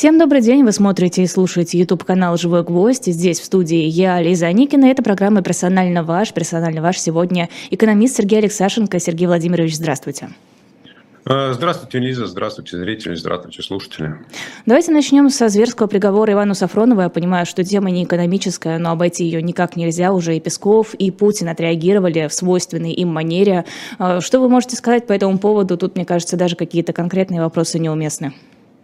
Всем добрый день, вы смотрите и слушаете YouTube-канал «Живой гвоздь». Здесь в студии я, Лиза Аникина. Это программа «Персонально ваш». «Персонально ваш» сегодня экономист Сергей Алексашенко. Сергей Владимирович, здравствуйте. Здравствуйте, Лиза, здравствуйте, зрители, здравствуйте, слушатели. Давайте начнем со зверского приговора Ивану Сафронову. Я понимаю, что тема не экономическая, но обойти ее никак нельзя. Уже и Песков, и Путин отреагировали в свойственной им манере. Что вы можете сказать по этому поводу? Тут, мне кажется, даже какие-то конкретные вопросы неуместны.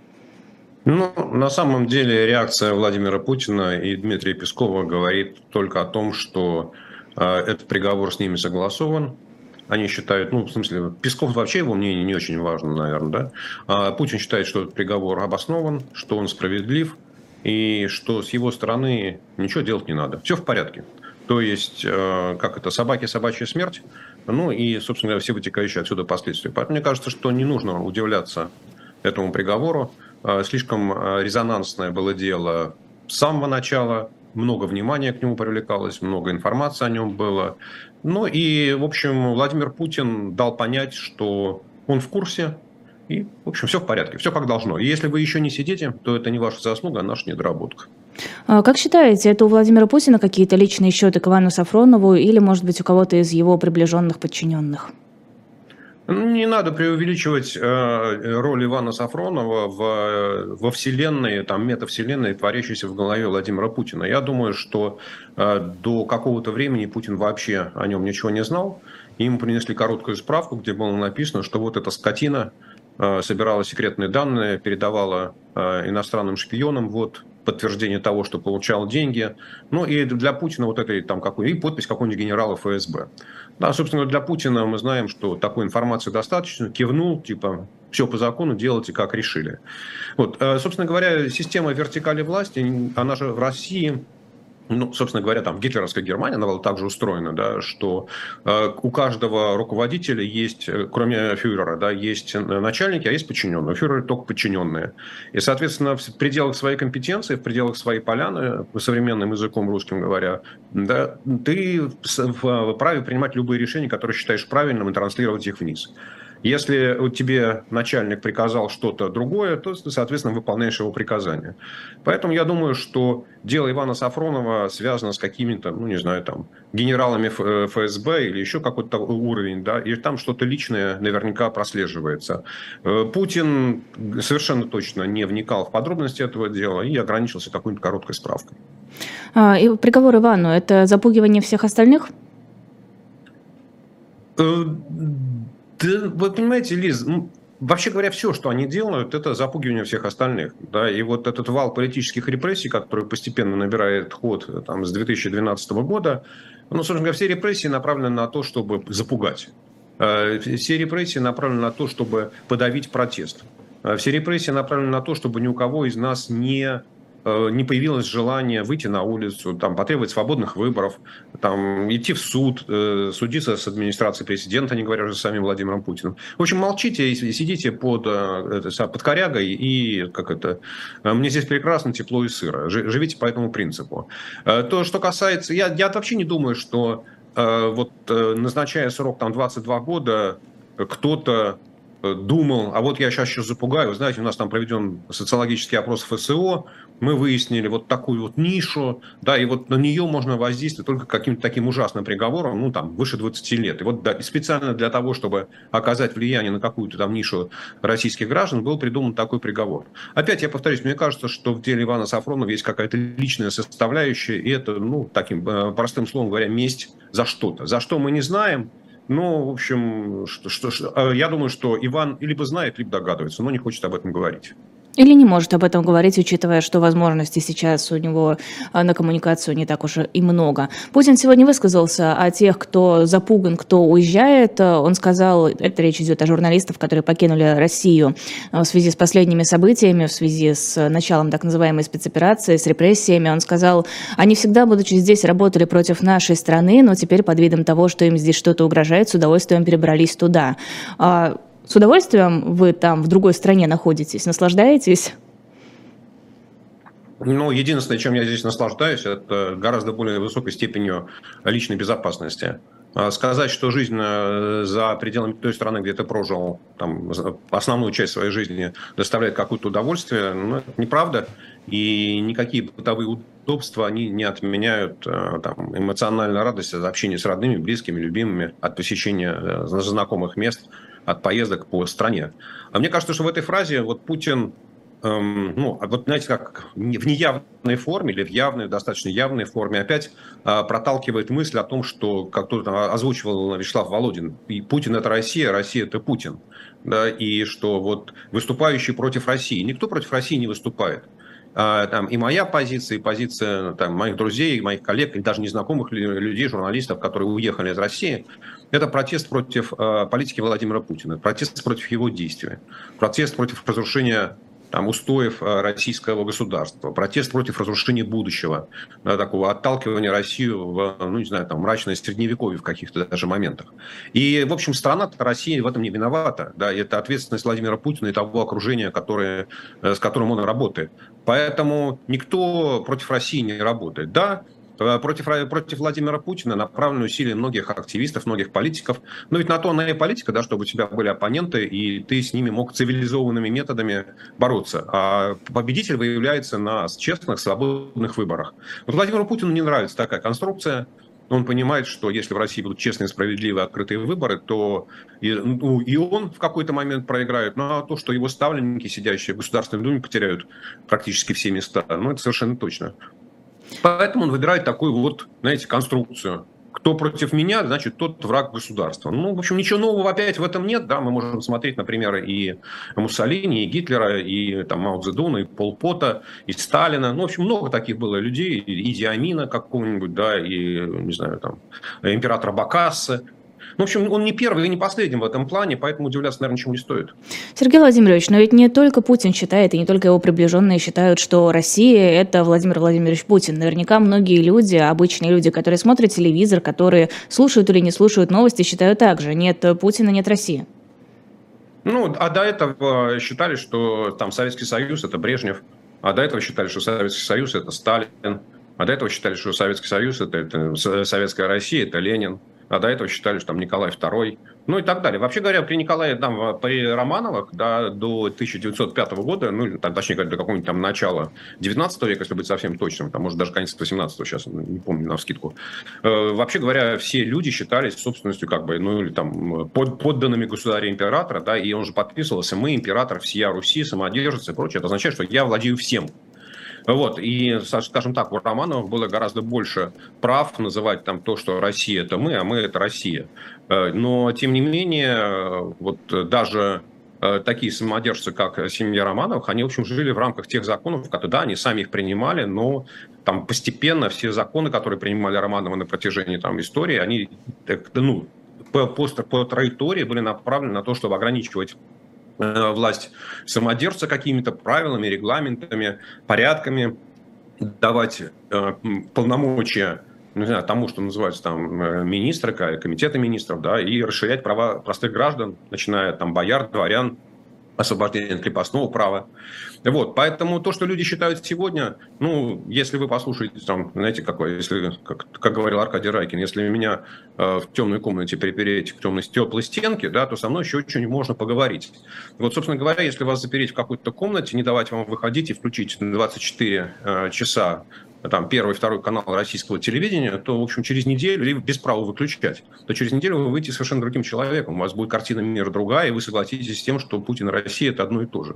На самом деле реакция Владимира Путина и Дмитрия Пескова говорит только о том, что этот приговор с ними согласован. Они считают, в смысле, Песков вообще, его мнение не очень важно, наверное, да? А Путин считает, что этот приговор обоснован, что он справедлив, и что с его стороны ничего делать не надо. Все в порядке. То есть, собаки, собачья смерть, и, собственно говоря, все вытекающие отсюда последствия. Поэтому мне кажется, что не нужно удивляться этому приговору. Слишком резонансное было дело с самого начала, много внимания к нему привлекалось, много информации о нем было. В общем, Владимир Путин дал понять, что он в курсе, и, в общем, все в порядке, все как должно. И если вы еще не сидите, то это не ваша заслуга, а наша недоработка. Как считаете, это у Владимира Путина какие-то личные счеты к Ивану Сафронову или, может быть, у кого-то из его приближенных подчиненных? Не надо преувеличивать роль Ивана Сафронова во вселенной, метавселенной, творящейся в голове Владимира Путина. Я думаю, что до какого-то времени Путин вообще о нем ничего не знал. Ему принесли короткую справку, где было написано, что вот эта скотина собирала секретные данные, передавала иностранным шпионам, подтверждение того, что получал деньги. И для Путина и подпись какого-нибудь генерала ФСБ. Да, собственно, для Путина мы знаем, что такой информации достаточно. Кивнул, все по закону, делайте, как решили. Собственно говоря, система вертикали власти, она же в России... собственно говоря, в гитлеровской Германии она была также устроена, да, что у каждого руководителя есть, кроме фюрера, есть начальники, а есть подчиненные. У фюрера только подчиненные. И, соответственно, в пределах своей компетенции, в пределах своей поляны, современным языком русским говоря, да, ты вправе принимать любые решения, которые считаешь правильным, и транслировать их вниз. Если тебе начальник приказал что-то другое, то ты, соответственно, выполняешь его приказания. Поэтому я думаю, что дело Ивана Сафронова связано с какими-то, генералами ФСБ или еще какой-то уровень, да, и там что-то личное наверняка прослеживается. Путин совершенно точно не вникал в подробности этого дела и ограничился какой-нибудь короткой справкой. И приговор Ивану – это запугивание всех остальных? Да, вы понимаете, Лиз, вообще говоря, все, что они делают, это запугивание всех остальных. Да? И этот вал политических репрессий, который постепенно набирает ход с 2012 года, собственно говоря, все репрессии направлены на то, чтобы запугать. Все репрессии направлены на то, чтобы подавить протест. Все репрессии направлены на то, чтобы ни у кого из нас не появилось желание выйти на улицу, потребовать свободных выборов, идти в суд, судиться с администрацией президента, не говоря уже с самим Владимиром Путиным. В общем, молчите и сидите под корягой, и мне здесь прекрасно, тепло и сыро. Живите по этому принципу. То, что касается... Я вообще не думаю, что назначая срок 22 года, кто-то думал, я сейчас запугаю. Вы знаете, у нас проведен социологический опрос ФСО, мы выяснили такую нишу, да, и на нее можно воздействовать только каким-то таким ужасным приговором, выше 20 лет. И специально для того, чтобы оказать влияние на какую-то нишу российских граждан, был придуман такой приговор. Опять я повторюсь, мне кажется, что в деле Ивана Сафронова есть какая-то личная составляющая, и это, таким простым словом говоря, месть за что-то. За что мы не знаем. В общем, я думаю, что Иван либо знает, либо догадывается, но не хочет об этом говорить. Или не может об этом говорить, учитывая, что возможностей сейчас у него на коммуникацию не так уж и много. Путин сегодня высказался о тех, кто запуган, кто уезжает. Он сказал, это речь идет о журналистах, которые покинули Россию в связи с последними событиями, в связи с началом так называемой спецоперации, с репрессиями. Он сказал, они всегда, будучи здесь, работали против нашей страны, но теперь под видом того, что им здесь что-то угрожает, с удовольствием перебрались туда. С удовольствием вы там, в другой стране находитесь, наслаждаетесь? Единственное, чем я здесь наслаждаюсь, это гораздо более высокой степенью личной безопасности. Сказать, что жизнь за пределами той страны, где ты прожил там, основную часть своей жизни, доставляет какое-то удовольствие, ну, это неправда. И никакие бытовые удобства, они не отменяют там, эмоциональную радость от общения с родными, близкими, любимыми, от посещения знакомых мест, от поездок по стране. А мне кажется, что в этой фразе вот Путин, ну, вот знаете, как в неявной форме или в явной, достаточно явной форме опять проталкивает мысль о том, что, как тут озвучивал Вячеслав Володин, и Путин – это Россия, Россия – это Путин. Да, и что вот выступающий против России, никто против России не выступает. Там, и моя позиция, и позиция там, моих друзей, моих коллег, и даже незнакомых людей, журналистов, которые уехали из России, это протест против политики Владимира Путина, протест против его действий, протест против разрушения там, устоев российского государства, протест против разрушения будущего, да, такого отталкивания России в, ну, не знаю, там, мрачное средневековье в каких-то даже моментах. И, в общем, страна-то Россия в этом не виновата. Да, и это ответственность Владимира Путина и того окружения, с которым он работает. Поэтому никто против России не работает. Да, против Владимира Путина направлены усилия многих активистов, многих политиков. Но ведь на то она и политика, да, чтобы у тебя были оппоненты, и ты с ними мог цивилизованными методами бороться. А победитель выявляется на честных, свободных выборах. Вот Владимиру Путину не нравится такая конструкция. Он понимает, что если в России будут честные, справедливые, открытые выборы, то и он в какой-то момент проиграет. Ну а то, что его ставленники, сидящие в Государственной Думе, потеряют практически все места, ну это совершенно точно. Поэтому он выбирает такую вот, знаете, конструкцию. Кто против меня, значит, тот враг государства. Ну, в общем, ничего нового опять в этом нет. Да? Мы можем смотреть, например, и Муссолини, и Гитлера, и там, Мао Цзэдуна, и Пол Пота, и Сталина. Ну, в общем, много таких было людей. И Иди Амина какого-нибудь, да, и, не знаю, там, императора Бокасса. Ну, в общем, он не первый и не последний в этом плане, поэтому удивляться, наверное, ничего не стоит. Сергей Владимирович, но ведь не только Путин считает, и не только его приближенные считают, что Россия – это Владимир Владимирович Путин. Наверняка многие люди, обычные люди, которые смотрят телевизор, которые слушают или не слушают новости, считают так же. Нет Путина, нет России. Ну, а до этого считали, что там Советский Союз – это Брежнев, а до этого считали, что Советский Союз – это Сталин, а до этого считали, что Советский Союз – это Советская Россия, это Ленин. А до этого считали, что там Николай II, ну и так далее. Вообще говоря, при Николае, там, при Романовых, да, до 1905 года, ну, там, точнее говоря, до какого-нибудь там начала 19 века, если быть совсем точным, там, может, даже конец 18-го, сейчас не помню навскидку. Вообще говоря, все люди считались собственностью, как бы, ну, или там, подданными государя-императора, да, и он же подписывался: «Мы, император всея Руси, самодержец» и прочее. Это означает, что я владею всем. Вот, и, скажем так, у Романовых было гораздо больше прав называть там то, что Россия – это мы, а мы – это Россия. Но, тем не менее, вот даже такие самодержцы, как семья Романовых, они, в общем, жили в рамках тех законов, которые, да, они сами их принимали, но там постепенно все законы, которые принимали Романовы на протяжении там истории, они, ну, по траектории были направлены на то, чтобы ограничивать власть самодержца какими-то правилами, регламентами, порядками, давать полномочия, не знаю, тому, что называется там министры, комитеты министров, да, и расширять права простых граждан, начиная там бояр, дворян, освобождение от крепостного права. Вот, поэтому то, что люди считают сегодня, ну, если вы послушаете, там, знаете, если, как говорил Аркадий Райкин, если меня в темной комнате припереть к теплой стенке, да, то со мной еще очень можно поговорить. Вот, собственно говоря, если вас запереть в какой-то комнате, не давать вам выходить и включить 24 часа там, первый, второй канал российского телевидения, то, в общем, через неделю, либо без права выключать, то через неделю вы выйдете совершенно другим человеком. У вас будет картина мира другая, и вы согласитесь с тем, что Путин и Россия – это одно и то же.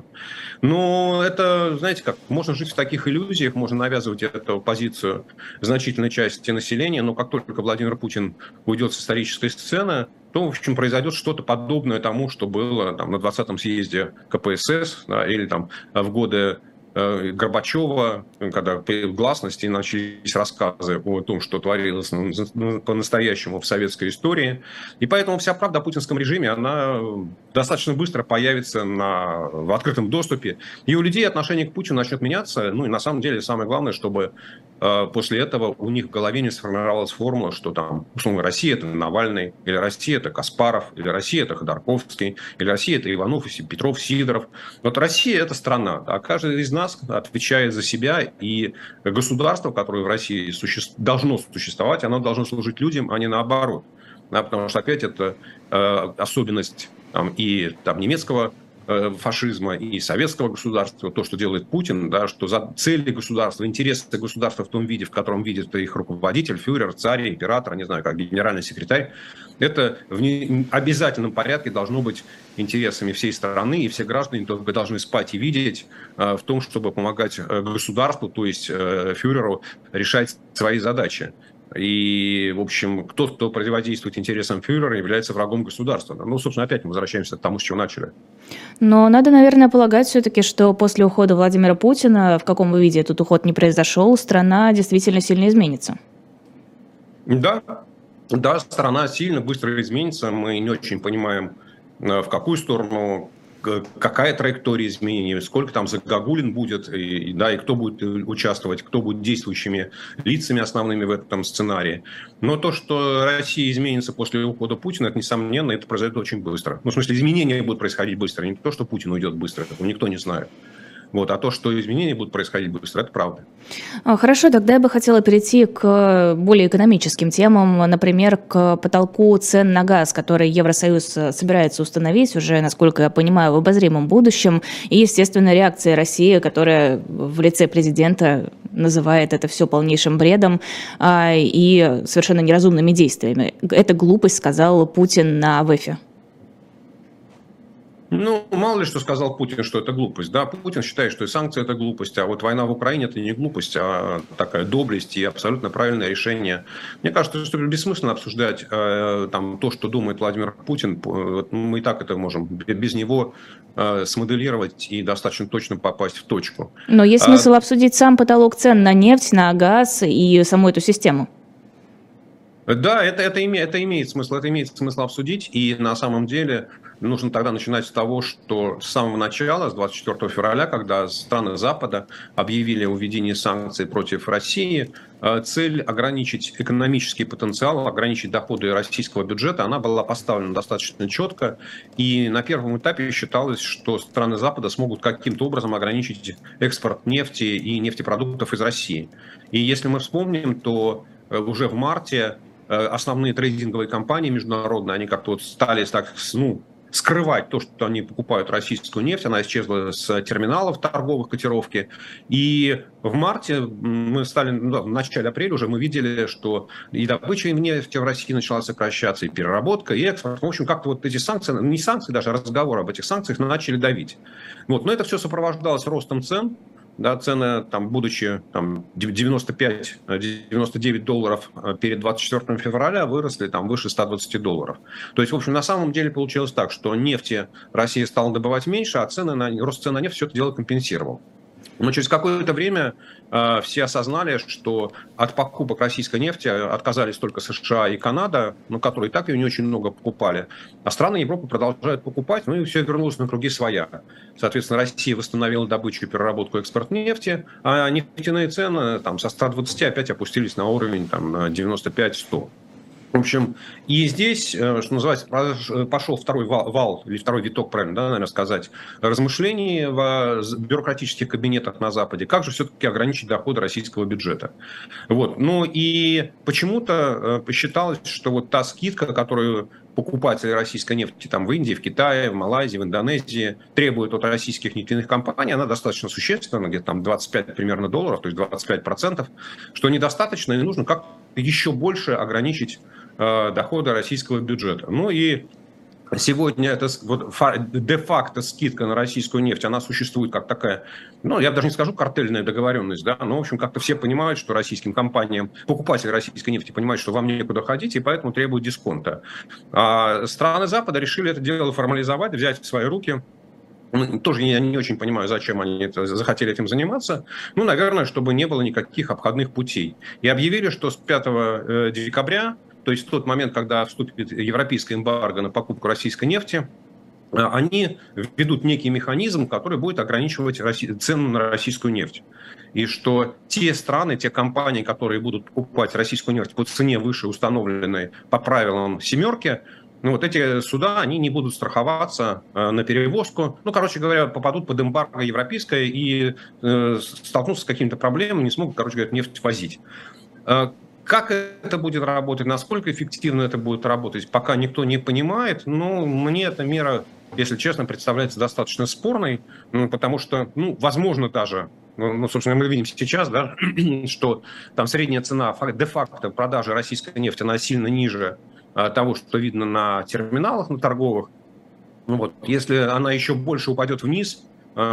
Но это, знаете как, можно жить в таких иллюзиях, можно навязывать эту позицию значительной части населения, но как только Владимир Путин уйдет с исторической сцены, то, в общем, произойдет что-то подобное тому, что было там, на 20-м съезде КПСС, да, или там в годы Горбачева, когда в гласности начались рассказы о том, что творилось по-настоящему в советской истории. И поэтому вся правда о путинском режиме, она достаточно быстро появится в открытом доступе. И у людей отношение к Путину начнет меняться. Ну и на самом деле самое главное, чтобы после этого у них в голове не сформировалась формула, что там, условно, Россия – это Навальный, или Россия – это Каспаров, или Россия – это Ходорковский, или Россия – это Иванов, Петров, Сидоров. Вот Россия – это страна, а каждый из нас отвечает за себя, и государство, которое в России должно существовать, оно должно служить людям, а не наоборот. да, потому что опять это особенность и немецкого фашизма и советского государства, то, что делает Путин, да, что за цели государства, интересы государства в том виде, в котором видит их руководитель, фюрер, царь, император, не знаю, как генеральный секретарь, это в обязательном порядке должно быть интересами всей страны, и все граждане только должны спать и видеть в том, чтобы помогать государству, то есть фюреру, решать свои задачи. И, в общем, тот, кто противодействует интересам фюрера, является врагом государства. Ну, собственно, опять мы возвращаемся к тому, с чего начали. Но надо, наверное, полагать все-таки, что после ухода Владимира Путина, в каком бы виде этот уход не произошел, страна действительно сильно изменится. Да, да, страна сильно, быстро изменится. Мы не очень понимаем, в какую сторону, какая траектория изменений, сколько там загогулин будет, и кто будет участвовать, кто будет действующими лицами основными в этом сценарии. Но то, что Россия изменится после ухода Путина, это несомненно, это произойдет очень быстро. Ну, в смысле, изменения будут происходить быстро. Не то, что Путин уйдет быстро, этого никто не знает. А то, что изменения будут происходить быстро, это правда. Хорошо, тогда я бы хотела перейти к более экономическим темам, например, к потолку цен на газ, который Евросоюз собирается установить уже, насколько я понимаю, в обозримом будущем. И, естественно, реакция России, которая в лице президента называет это все полнейшим бредом и совершенно неразумными действиями. Это глупость, сказал Путин на ВЭФе. Ну, мало ли что сказал Путин, что это глупость. Да, Путин считает, что и санкции – это глупость, а вот война в Украине – это не глупость, а такая доблесть и абсолютно правильное решение. Мне кажется, что бессмысленно обсуждать то, что думает Владимир Путин. Мы и так это можем без него смоделировать и достаточно точно попасть в точку. Но есть смысл обсудить сам потолок цен на нефть, на газ и саму эту систему. Да, это имеет смысл обсудить, и на самом деле нужно тогда начинать с того, что с самого начала, с 24 февраля, когда страны Запада объявили о введении санкций против России, цель ограничить экономический потенциал, ограничить доходы российского бюджета, она была поставлена достаточно четко, и на первом этапе считалось, что страны Запада смогут каким-то образом ограничить экспорт нефти и нефтепродуктов из России. И если мы вспомним, то уже в марте основные трейдинговые компании международные, они как-то стали скрывать то, что они покупают российскую нефть. Она исчезла с терминалов торговых котировки. И в марте в начале апреля уже мы видели, что и добыча нефти в России начала сокращаться, и переработка, и экспорт. В общем, как-то эти санкции, не санкции даже, а разговоры об этих санкциях начали давить. Но это все сопровождалось ростом цен. Да, цены, будучи 95-99 долларов перед 24 февраля, выросли выше 120 долларов. То есть, в общем, на самом деле получилось так, что нефти Россия стала добывать меньше, а рост цен на нефть все это дело компенсировал. Но через какое-то время все осознали, что от покупок российской нефти отказались только США и Канада, которые и так ее не очень много покупали, а страны Европы продолжают покупать, и все вернулось на круги своя. Соответственно, Россия восстановила добычу, переработку, экспорт нефти, а нефтяные цены со 120 опять опустились на уровень 95-100. В общем, и здесь, что называется, пошел второй вал, или второй виток, правильно, наверное, сказать, размышлений в бюрократических кабинетах на Западе. Как же все-таки ограничить доходы российского бюджета? И почему-то посчиталось, что та скидка, которую покупатели российской нефти в Индии, в Китае, в Малайзии, в Индонезии требуют от российских нефтяных компаний, она достаточно существенна, где-то 25 примерно долларов, то есть 25%, что недостаточно, и нужно как-то еще больше ограничить доходы российского бюджета. И сегодня это де-факто скидка на российскую нефть, она существует как такая, я даже не скажу картельная договоренность, да, но, в общем, как-то все понимают, что российским компаниям, покупатели российской нефти понимают, что вам некуда ходить, и поэтому требуют дисконта. А страны Запада решили это дело формализовать, взять в свои руки. Тоже я не очень понимаю, зачем они захотели этим заниматься. Наверное, чтобы не было никаких обходных путей. И объявили, что с 5 декабря, то есть в тот момент, когда вступит европейское эмбарго на покупку российской нефти, они введут некий механизм, который будет ограничивать цену на российскую нефть. И что те страны, те компании, которые будут покупать российскую нефть по цене выше установленной по правилам «семерки», эти суда, они не будут страховаться на перевозку. Короче говоря, попадут под эмбарго европейское и столкнутся с какими-то проблемами, не смогут, нефть возить. Как это будет работать, насколько эффективно это будет работать, пока никто не понимает. Но мне эта мера, если честно, представляется достаточно спорной, потому что, возможно, даже, собственно, мы видим сейчас, да, что там средняя цена де-факто продажи российской нефти, она сильно ниже того, что видно на терминалах, на торговых. Вот. Если она еще больше упадет вниз,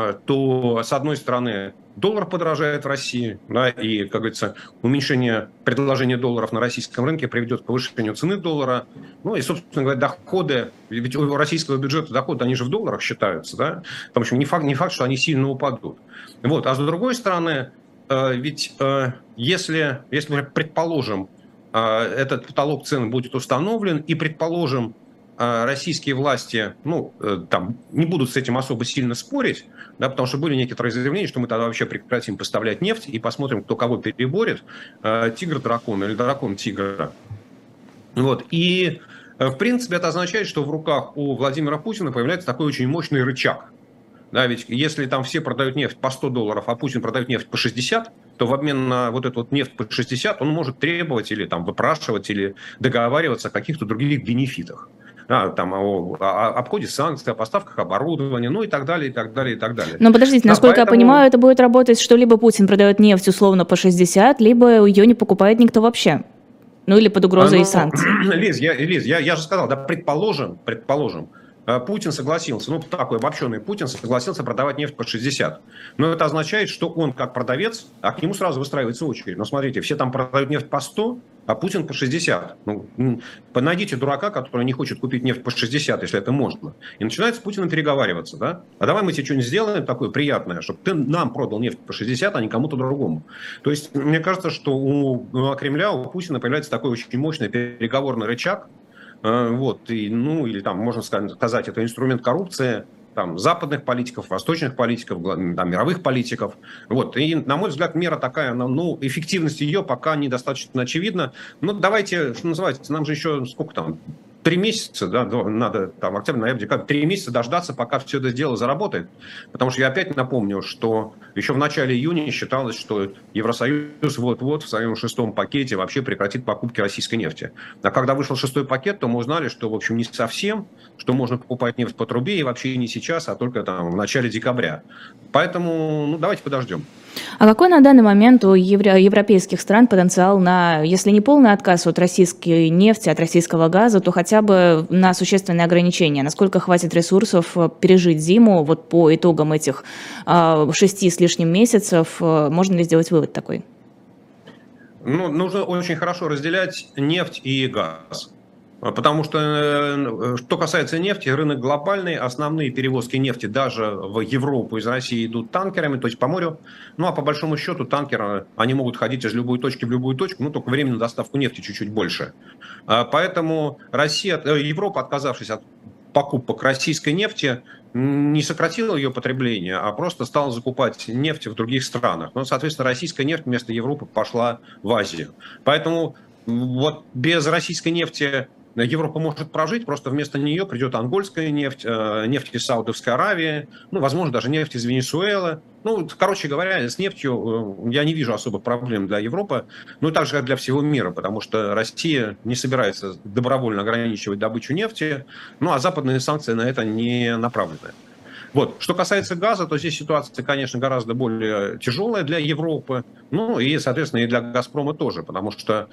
то, с одной стороны, доллар подорожает в России, да, и, как говорится, уменьшение предложения долларов на российском рынке приведет к повышению цены доллара. Ну и, собственно говоря, доходы, ведь у российского бюджета доходы, они же в долларах считаются, да, потому что не факт, что они сильно упадут. Вот. А с другой стороны, ведь если мы предположим, этот потолок цен будет установлен, и, предположим, российские власти, там, не будут с этим особо сильно спорить, да, потому что были некоторые заявления, что мы тогда вообще прекратим поставлять нефть и посмотрим, кто кого переборет, тигр-дракон или дракон-тигра. Вот. И, в принципе, это означает, что в руках у Владимира Путина появляется такой очень мощный рычаг. Да, ведь если там все продают нефть по $100, а Путин продает нефть по 60, то в обмен на вот эту вот нефть по 60 он может требовать или там выпрашивать, или договариваться о каких-то других бенефитах. Там, о обходе санкций, о поставках оборудования, и так далее, и так далее, и так далее. Но подождите, да, насколько я понимаю, это будет работать, что либо Путин продает нефть условно по 60, либо ее не покупает никто вообще. Или под угрозой санкций. Лиз, я же сказал, да, предположим, Путин согласился, такой обобщенный Путин согласился продавать нефть по 60. Но это означает, что он как продавец, а к нему сразу выстраивается очередь. Но смотрите, все там продают нефть по 100, а Путин по 60. Найдите дурака, который не хочет купить нефть по 60, если это можно. И начинает с Путиным переговариваться. Да? А давай мы тебе что-нибудь сделаем такое приятное, чтобы ты нам продал нефть по 60, а не кому-то другому. То есть, мне кажется, что у Кремля, у Путина появляется такой очень мощный переговорный рычаг. Вот, или там, можно сказать, это инструмент коррупции, там, западных политиков, восточных политиков, там, мировых политиков. Вот, и, на мой взгляд, мера такая, эффективность ее пока недостаточно очевидна. Давайте, что называется, нам же еще сколько там, 3 месяца, да, надо там октябрь, ноябрь, декабрь, 3 месяца дождаться, пока все это дело заработает. Потому что я опять напомню, что еще в начале июня считалось, что Евросоюз вот-вот в своем 6-м пакете вообще прекратит покупки российской нефти. А когда вышел 6-й пакет, то мы узнали, что, в общем, не совсем, что можно покупать нефть по трубе, и вообще не сейчас, а только там в начале декабря. Поэтому, давайте подождем. А какой на данный момент у европейских стран потенциал на, если не полный отказ от российской нефти, от российского газа, то хотя бы на существенные ограничения? Насколько хватит ресурсов пережить зиму вот по итогам этих 6 с лишним месяцев? Можно ли сделать вывод такой? Нужно очень хорошо разделять нефть и газ. Потому что касается нефти, рынок глобальный, основные перевозки нефти даже в Европу из России идут танкерами, то есть по морю. А по большому счету танкеры, они могут ходить из любой точки в любую точку, только время на доставку нефти чуть-чуть больше. Поэтому Европа, отказавшись от покупок российской нефти, не сократила ее потребление, а просто стала закупать нефть в других странах. Соответственно, российская нефть вместо Европы пошла в Азию. Поэтому вот без российской нефти Европа может прожить, просто вместо нее придет ангольская нефть, нефть из Саудовской Аравии, возможно, даже нефть из Венесуэлы. Короче говоря, с нефтью я не вижу особых проблем для Европы, так же, как для всего мира, потому что Россия не собирается добровольно ограничивать добычу нефти, а западные санкции на это не направлены. Вот. Что касается газа, то здесь ситуация, конечно, гораздо более тяжелая для Европы, и, соответственно, и для «Газпрома» тоже, потому что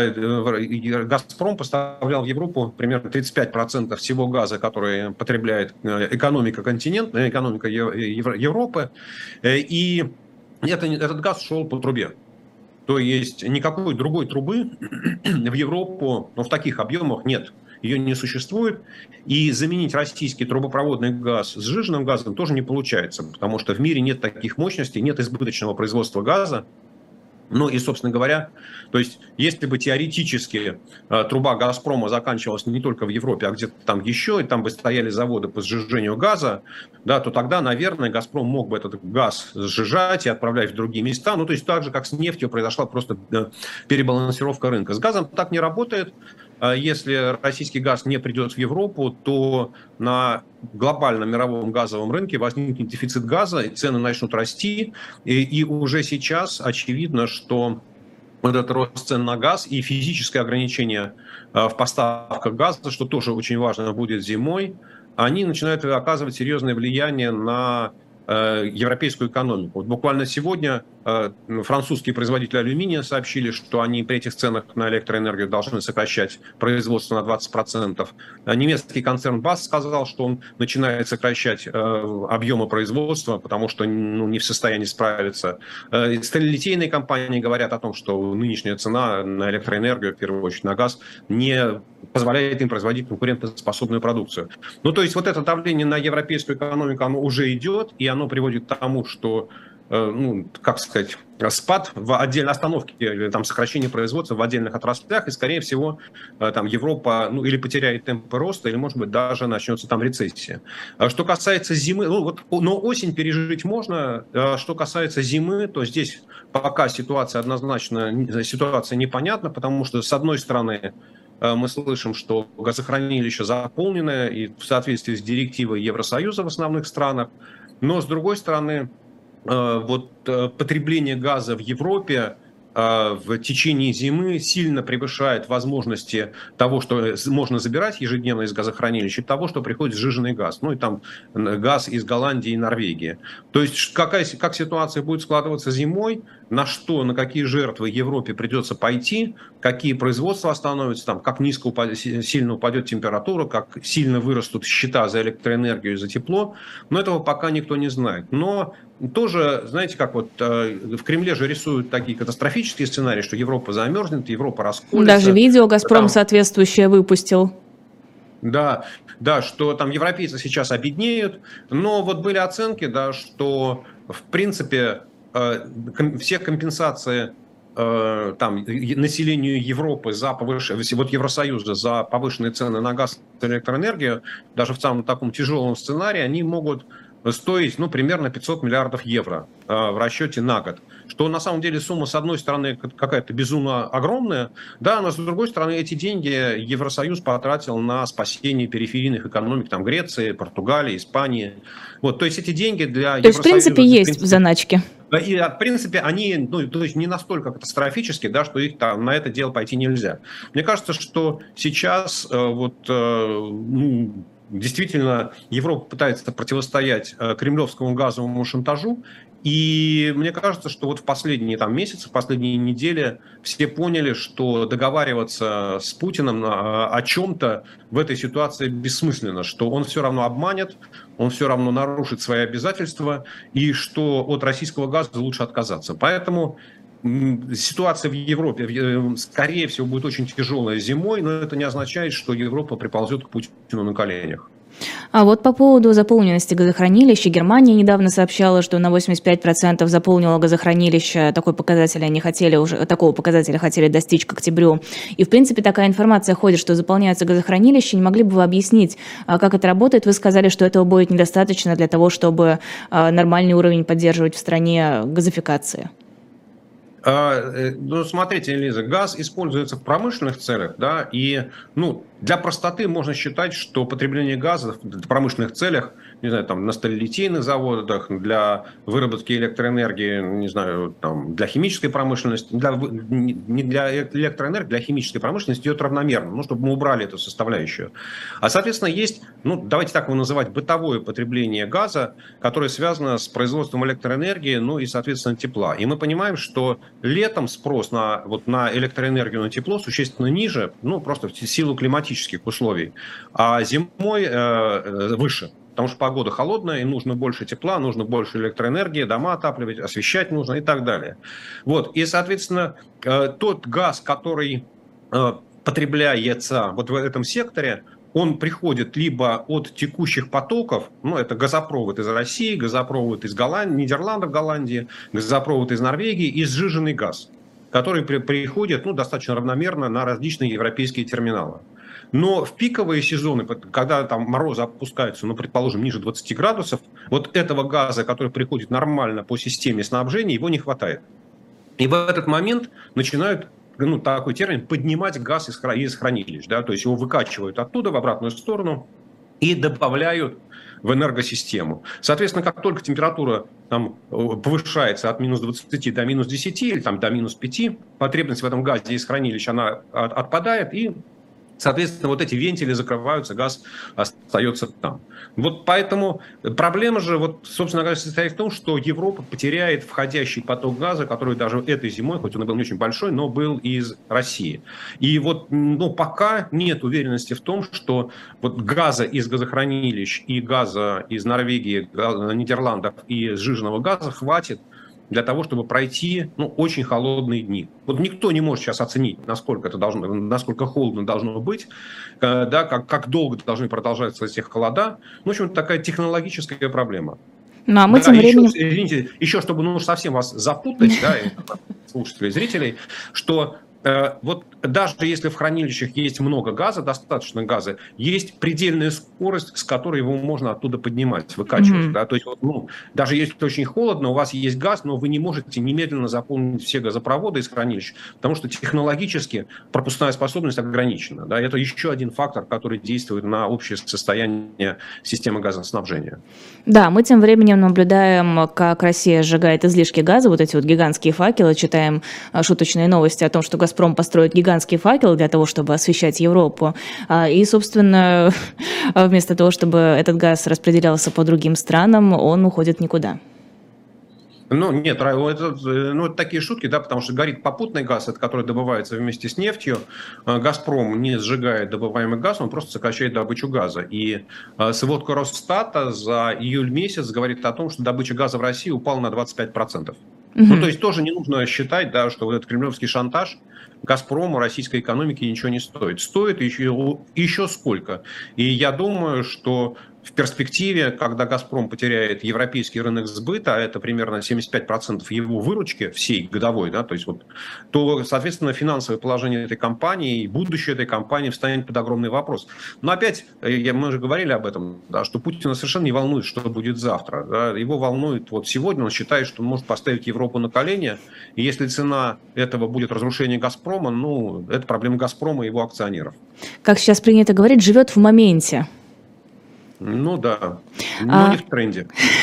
«Газпром» поставлял в Европу примерно 35% всего газа, который потребляет экономика континента, экономика Европы, и этот газ шел по трубе. То есть никакой другой трубы в Европу в таких объемах нет. Ее не существует, и заменить российский трубопроводный газ с сжиженным газом тоже не получается, потому что в мире нет таких мощностей, нет избыточного производства газа. И, собственно говоря, то есть, если бы теоретически труба «Газпрома» заканчивалась не только в Европе, а где-то там еще, и там бы стояли заводы по сжижению газа, да, то тогда, наверное, «Газпром» мог бы этот газ сжижать и отправлять в другие места. То есть, так же, как с нефтью произошла просто перебалансировка рынка. С газом так не работает. Если российский газ не придет в Европу, то на глобальном мировом газовом рынке возникнет дефицит газа, и цены начнут расти. И уже сейчас очевидно, что вот этот рост цен на газ и физическое ограничение в поставках газа, что тоже очень важно будет зимой, они начинают оказывать серьезное влияние на европейскую экономику. Вот буквально сегодня французские производители алюминия сообщили, что они при этих ценах на электроэнергию должны сокращать производство на 20%. Немецкий концерн БАС сказал, что он начинает сокращать объемы производства, потому что не в состоянии справиться. Сталелитейные компании говорят о том, что нынешняя цена на электроэнергию, в первую очередь на газ, не позволяет им производить конкурентоспособную продукцию. Ну, то есть вот это давление на европейскую экономику, оно уже идет, и оно приводит к тому, что как сказать, спад в отдельной остановке или там сокращение производства в отдельных отраслях, и, скорее всего, там Европа или потеряет темпы роста, или, может быть, даже начнется там рецессия. Что касается зимы, но осень пережить можно. Что касается зимы, то здесь пока ситуация однозначно, ситуация непонятна, потому что, с одной стороны, мы слышим, что газохранилища заполнены и в соответствии с директивой Евросоюза в основных странах, но, с другой стороны, потребление газа в Европе в течение зимы сильно превышает возможности того, что можно забирать ежедневно из газохранилища, того, что приходит сжиженный газ. Ну и там газ из Голландии и Норвегии. То есть как ситуация будет складываться зимой, на какие жертвы Европе придется пойти, какие производства остановятся, там, как сильно упадет температура, как сильно вырастут счета за электроэнергию и за тепло, но этого пока никто не знает. Но тоже, знаете, как в Кремле же рисуют такие катастрофические сценарии, что Европа замерзнет, Европа расколется. Даже видео «Газпром» соответствующее выпустил. Да, что там европейцы сейчас обеднеют, но вот были оценки, да, что в принципе все компенсации населению Европы Евросоюза за повышенные цены на газ и электроэнергию, даже в самом таком тяжелом сценарии, они могут стоить примерно 500 миллиардов евро в расчете на год. Что на самом деле сумма, с одной стороны, какая-то безумно огромная, да, но с другой стороны, эти деньги Евросоюз потратил на спасение периферийных экономик, там, Греции, Португалии, Испании. То есть эти деньги для Евросоюза... То есть, в принципе, есть в заначке. И, в принципе, они то есть не настолько катастрофические, да, что их там на это дело пойти нельзя. Мне кажется, что сейчас действительно Европа пытается противостоять кремлевскому газовому шантажу, и мне кажется, что в последние месяцы, в последние недели все поняли, что договариваться с Путиным о чем-то в этой ситуации бессмысленно, что он все равно обманет, он все равно нарушит свои обязательства, и что от российского газа лучше отказаться. Поэтому ситуация в Европе, скорее всего, будет очень тяжелая зимой, но это не означает, что Европа приползет к Путину на коленях. А вот по поводу заполненности газохранилища, Германия недавно сообщала, что на 85% заполнила газохранилище. Такого показателя хотели достичь к октябрю. И, в принципе, такая информация ходит, что заполняются газохранилища. Не могли бы вы объяснить, как это работает? Вы сказали, что этого будет недостаточно для того, чтобы нормальный уровень поддерживать в стране газификации. Смотрите, Лиза, газ используется в промышленных целях, да, и для простоты можно считать, что потребление газа в промышленных целях, не знаю, там на сталелитейных заводах, для выработки электроэнергии, не знаю, там, для химической промышленности, не для электроэнергии, для химической промышленности идет равномерно, чтобы мы убрали эту составляющую. А, соответственно, есть, давайте так его называть, бытовое потребление газа, которое связано с производством электроэнергии, и, соответственно, тепла. И мы понимаем, что летом спрос на электроэнергию, на тепло существенно ниже, просто в силу климатических условий, а зимой выше. Потому что погода холодная, и нужно больше тепла, нужно больше электроэнергии, дома отапливать, освещать нужно и так далее. И, соответственно, тот газ, который потребляется в этом секторе, он приходит либо от текущих потоков, это газопровод из России, газопровод из Нидерландов, Голландии, газопровод из Норвегии и сжиженный газ, который приходит достаточно равномерно на различные европейские терминалы. Но в пиковые сезоны, когда там морозы опускаются, предположим, ниже 20 градусов, этого газа, который приходит нормально по системе снабжения, его не хватает. И в этот момент начинают, такой термин, поднимать газ из хранилищ. Да? То есть его выкачивают оттуда в обратную сторону и добавляют в энергосистему. Соответственно, как только температура там повышается от минус 20 до минус 10 или там, до минус 5, потребность в этом газе из хранилища она отпадает, и соответственно, вот эти вентили закрываются, газ остается там. Вот поэтому проблема же, вот, собственно говоря, состоит в том, что Европа потеряет входящий поток газа, который даже этой зимой, хоть он и был не очень большой, но был из России. И вот пока нет уверенности в том, что вот газа из газохранилищ и газа из Норвегии, Нидерландов и сжиженного газа хватит для того, чтобы пройти очень холодные дни. Вот никто не может сейчас оценить, насколько холодно должно быть, да, как долго должны продолжаться эти холода. В общем, такая технологическая проблема. Ну, а мы тем временем... Извините, еще чтобы совсем вас запутать, да, слушателей, зрителей, что вот даже если в хранилищах есть много газа, достаточно газа, есть предельная скорость, с которой его можно оттуда поднимать, выкачивать. Mm-hmm. Да? То есть, даже если очень холодно, у вас есть газ, но вы не можете немедленно заполнить все газопроводы из хранилищ, потому что технологически пропускная способность ограничена. Да? Это еще один фактор, который действует на общее состояние системы газоснабжения. Да, мы тем временем наблюдаем, как Россия сжигает излишки газа, вот эти вот гигантские факелы, читаем шуточные новости о том, что «Газпром» построит гигантские факелы для того, чтобы освещать Европу. И, собственно, вместо того, чтобы этот газ распределялся по другим странам, он уходит никуда. Нет, это такие шутки, да, потому что горит попутный газ, это который добывается вместе с нефтью. «Газпром» не сжигает добываемый газ, он просто сокращает добычу газа. И сводка Росстата за июль месяц говорит о том, что добыча газа в России упала на 25%. То есть тоже не нужно считать, да, что вот этот кремлевский шантаж «Газпрому», российской экономике ничего не стоит. Стоит еще сколько. И я думаю, что в перспективе, когда «Газпром» потеряет европейский рынок сбыта, а это примерно 75% его выручки всей годовой, да, то, соответственно, финансовое положение этой компании и будущее этой компании встанет под огромный вопрос. Но опять, мы уже говорили об этом, да, что Путина совершенно не волнует, что будет завтра. Да. Его волнует сегодня, он считает, что он может поставить Европу на колени, и если цена этого будет разрушение «Газпрома», это проблема «Газпрома» и его акционеров. Как сейчас принято говорить, живет в моменте. Да, но не в тренде.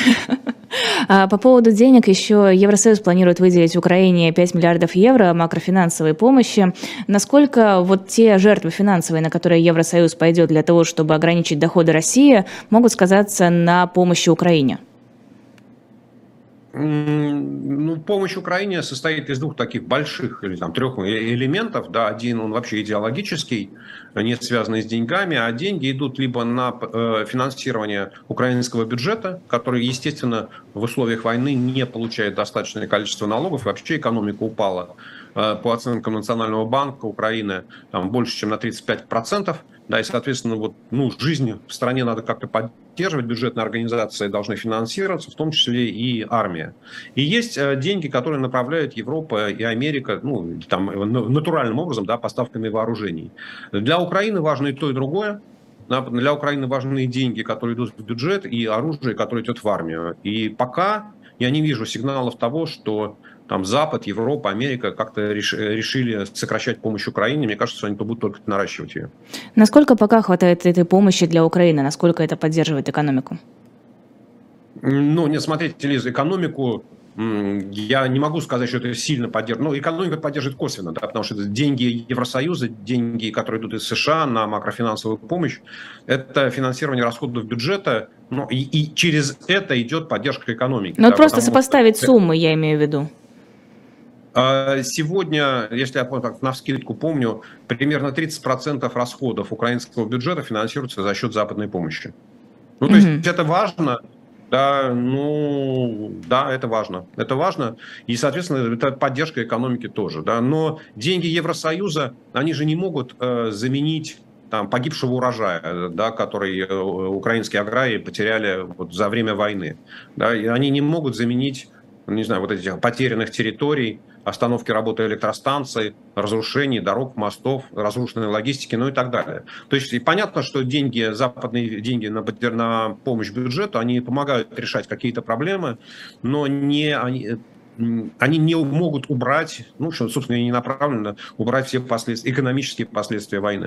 По поводу денег еще Евросоюз планирует выделить Украине 5 миллиардов евро макрофинансовой помощи. Насколько вот те жертвы финансовые, на которые Евросоюз пойдет для того, чтобы ограничить доходы России, могут сказаться на помощи Украине? Помощь Украине состоит из двух таких больших или трех элементов. Да, один, он вообще идеологический, не связанный с деньгами, а деньги идут либо на финансирование украинского бюджета, который, естественно, в условиях войны не получает достаточное количество налогов, и вообще экономика упала. По оценкам Национального банка Украины больше, чем на 35%. Да, и, соответственно, жизнь в стране надо как-то поддерживать, бюджетные организации должны финансироваться, в том числе и армия. И есть деньги, которые направляют Европа и Америка, натуральным образом, да, поставками вооружений. Для Украины важно и то, и другое. Для Украины важны деньги, которые идут в бюджет, и оружие, которое идет в армию. И пока я не вижу сигналов того, что Запад, Европа, Америка как-то решили сокращать помощь Украине. Мне кажется, что они будут только наращивать ее. Насколько пока хватает этой помощи для Украины? Насколько это поддерживает экономику? Нет, смотрите, Лиза, экономику я не могу сказать, что это сильно поддерживает. Экономика поддерживает косвенно, да, потому что это деньги Евросоюза, деньги, которые идут из США на макрофинансовую помощь, это финансирование расходов бюджета, и через это идет поддержка экономики. Но просто сопоставить суммы, я имею в виду. Сегодня, если я навскидку помню, примерно 30% расходов украинского бюджета финансируется за счет западной помощи. То есть это важно. Да, это важно. Это важно. И, соответственно, это поддержка экономики тоже. Да. Но деньги Евросоюза, они же не могут заменить погибшего урожая, да, который украинские аграрии потеряли за время войны. Да. И они не могут заменить, этих потерянных территорий, остановки работы электростанций, разрушений дорог, мостов, разрушенной логистики, и так далее. То есть понятно, что западные деньги на помощь бюджету, они помогают решать какие-то проблемы, но они не могут убрать, собственно, и не направлено убрать все экономические последствия войны.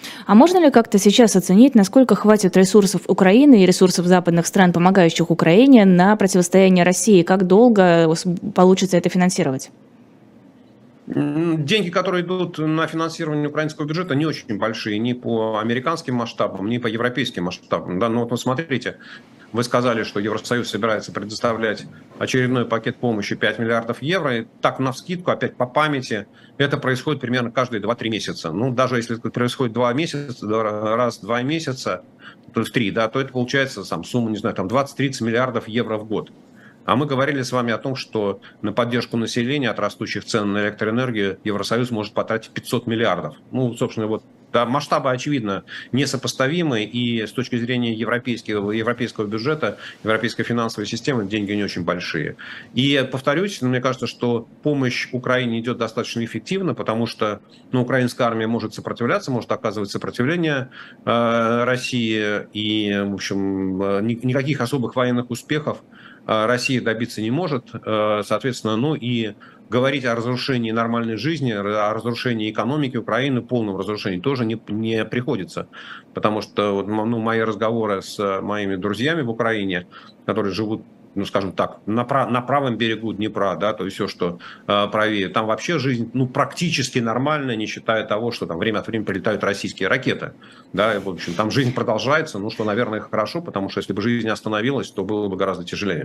А можно ли как-то сейчас оценить, насколько хватит ресурсов Украины и ресурсов западных стран, помогающих Украине, на противостояние России? Как долго получится это финансировать? Деньги, которые идут на финансирование украинского бюджета, не очень большие ни по американским масштабам, ни по европейским масштабам. Да, ну вот смотрите, вы сказали, что Евросоюз собирается предоставлять очередной пакет помощи 5 миллиардов евро. И так, навскидку, опять по памяти, это происходит примерно каждые 2-3 месяца. Ну, даже если это происходит 2 месяца, раз в 2 месяца, то есть 3, да, то это получается сумма, не знаю, там 20-30 миллиардов евро в год. А мы говорили с вами о том, что на поддержку населения от растущих цен на электроэнергию Евросоюз может потратить 500 миллиардов. Ну, собственно, вот да, масштабы, очевидно, несопоставимы, и с точки зрения европейского бюджета, европейской финансовой системы деньги не очень большие. И повторюсь, мне кажется, что помощь Украине идет достаточно эффективно, потому что украинская армия может сопротивляться, может оказывать сопротивление России, и, в общем, никаких особых военных успехов Россия добиться не может, соответственно, и говорить о разрушении нормальной жизни, о разрушении экономики Украины, полном разрушении тоже не приходится. Потому что мои разговоры с моими друзьями в Украине, которые живут, скажем так, на правом берегу Днепра, да, то есть все, что правее, там вообще жизнь практически нормальная, не считая того, что там время от времени прилетают российские ракеты. Да, и, в общем, там жизнь продолжается, что, наверное, хорошо, потому что если бы жизнь остановилась, то было бы гораздо тяжелее.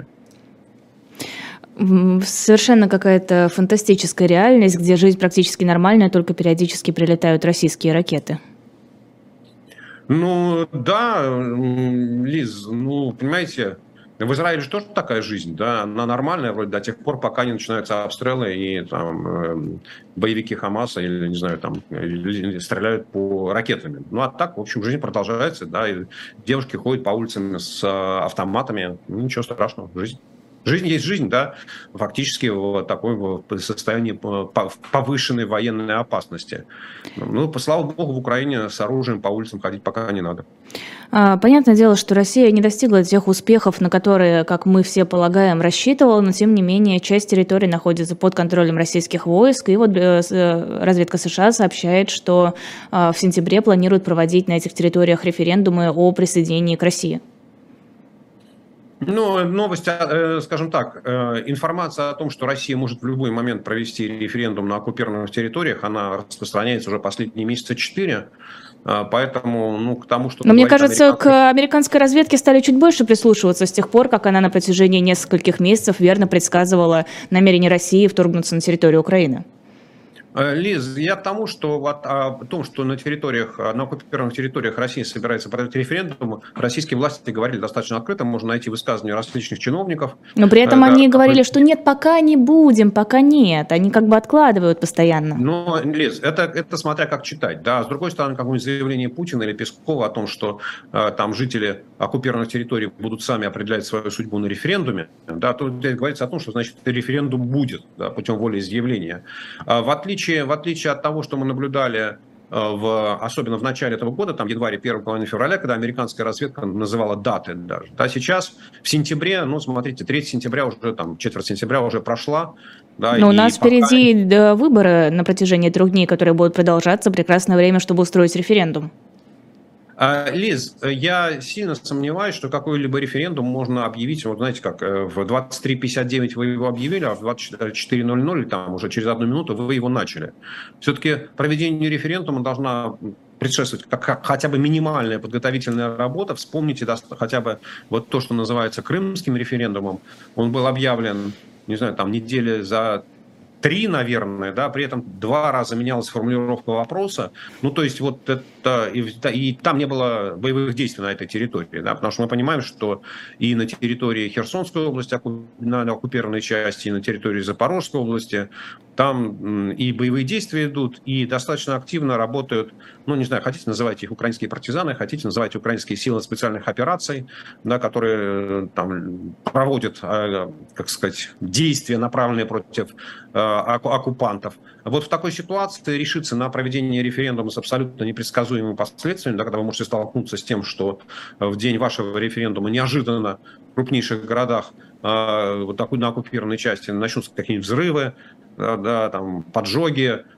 Совершенно какая-то фантастическая реальность, где жизнь практически нормальная, только периодически прилетают российские ракеты. Да, Лиз, понимаете, в Израиле же тоже такая жизнь, да, она нормальная вроде до тех пор, пока не начинаются обстрелы и там боевики Хамаса или, не знаю, там стреляют по ракетами. А так, в общем, жизнь продолжается, да, и девушки ходят по улицам с автоматами, ничего страшного, жизнь. Жизнь есть жизнь, да, фактически в такой состоянии повышенной военной опасности. Слава богу, в Украине с оружием по улицам ходить пока не надо. Понятное дело, что Россия не достигла тех успехов, на которые, как мы все полагаем, рассчитывала, но тем не менее часть территории находится под контролем российских войск. И вот разведка США сообщает, что в сентябре планируют проводить на этих территориях референдумы о присоединении к России. Новость, скажем так, информация о том, что Россия может в любой момент провести референдум на оккупированных территориях, она распространяется уже последние месяца 4. Поэтому, к тому, что... Но мне кажется, к американской разведке стали чуть больше прислушиваться с тех пор, как она на протяжении нескольких месяцев верно предсказывала намерение России вторгнуться на территорию Украины. Лиз, я к тому, что о том, что на оккупированных территориях России собирается проводить референдум, российские власти говорили достаточно открыто, можно найти высказывания различных чиновников. Но при этом они говорили, что нет, пока не будем, пока нет. Они как бы откладывают постоянно. Лиз, это смотря как читать. Да. С другой стороны, какое-нибудь заявление Путина или Пескова о том, что там жители оккупированных территорий будут сами определять свою судьбу на референдуме, да, то говорится о том, что значит референдум будет, да, путем волеизъявления. В отличие от того, что мы наблюдали особенно в начале этого года, там январь, первая половина февраля, когда американская разведка называла даты даже. Да, сейчас в сентябре, смотрите, 3 сентября уже, четверть сентября уже прошла. Да, но у нас впереди выборы на протяжении 3 дней, которые будут продолжаться, прекрасное время, чтобы устроить референдум. Лиз, я сильно сомневаюсь, что какой-либо референдум можно объявить, знаете, как в 23:59 вы его объявили, а в 24:00, там уже через 1 минуту вы его начали. Все-таки проведению референдума должна предшествовать хотя бы минимальная подготовительная работа. Вспомните хотя бы вот то, что называется крымским референдумом. Он был объявлен, не знаю, там недели за 3, наверное, да, при этом 2 раза менялась формулировка вопроса. То есть вот это, и там не было боевых действий на этой территории, да, потому что мы понимаем, что и на территории Херсонской области, на оккупированной части, и на территории Запорожской области, там и боевые действия идут, и достаточно активно работают, не знаю, хотите называйте их украинские партизаны, хотите называйте украинские силы специальных операций, да, которые там проводят, как сказать, действия, направленные против оккупантов. Вот в такой ситуации решиться на проведение референдума с абсолютно непредсказуемыми последствиями, да, когда вы можете столкнуться с тем, что в день вашего референдума неожиданно в крупнейших городах вот такой на оккупированной части начнутся какие-нибудь взрывы, да, там, поджоги,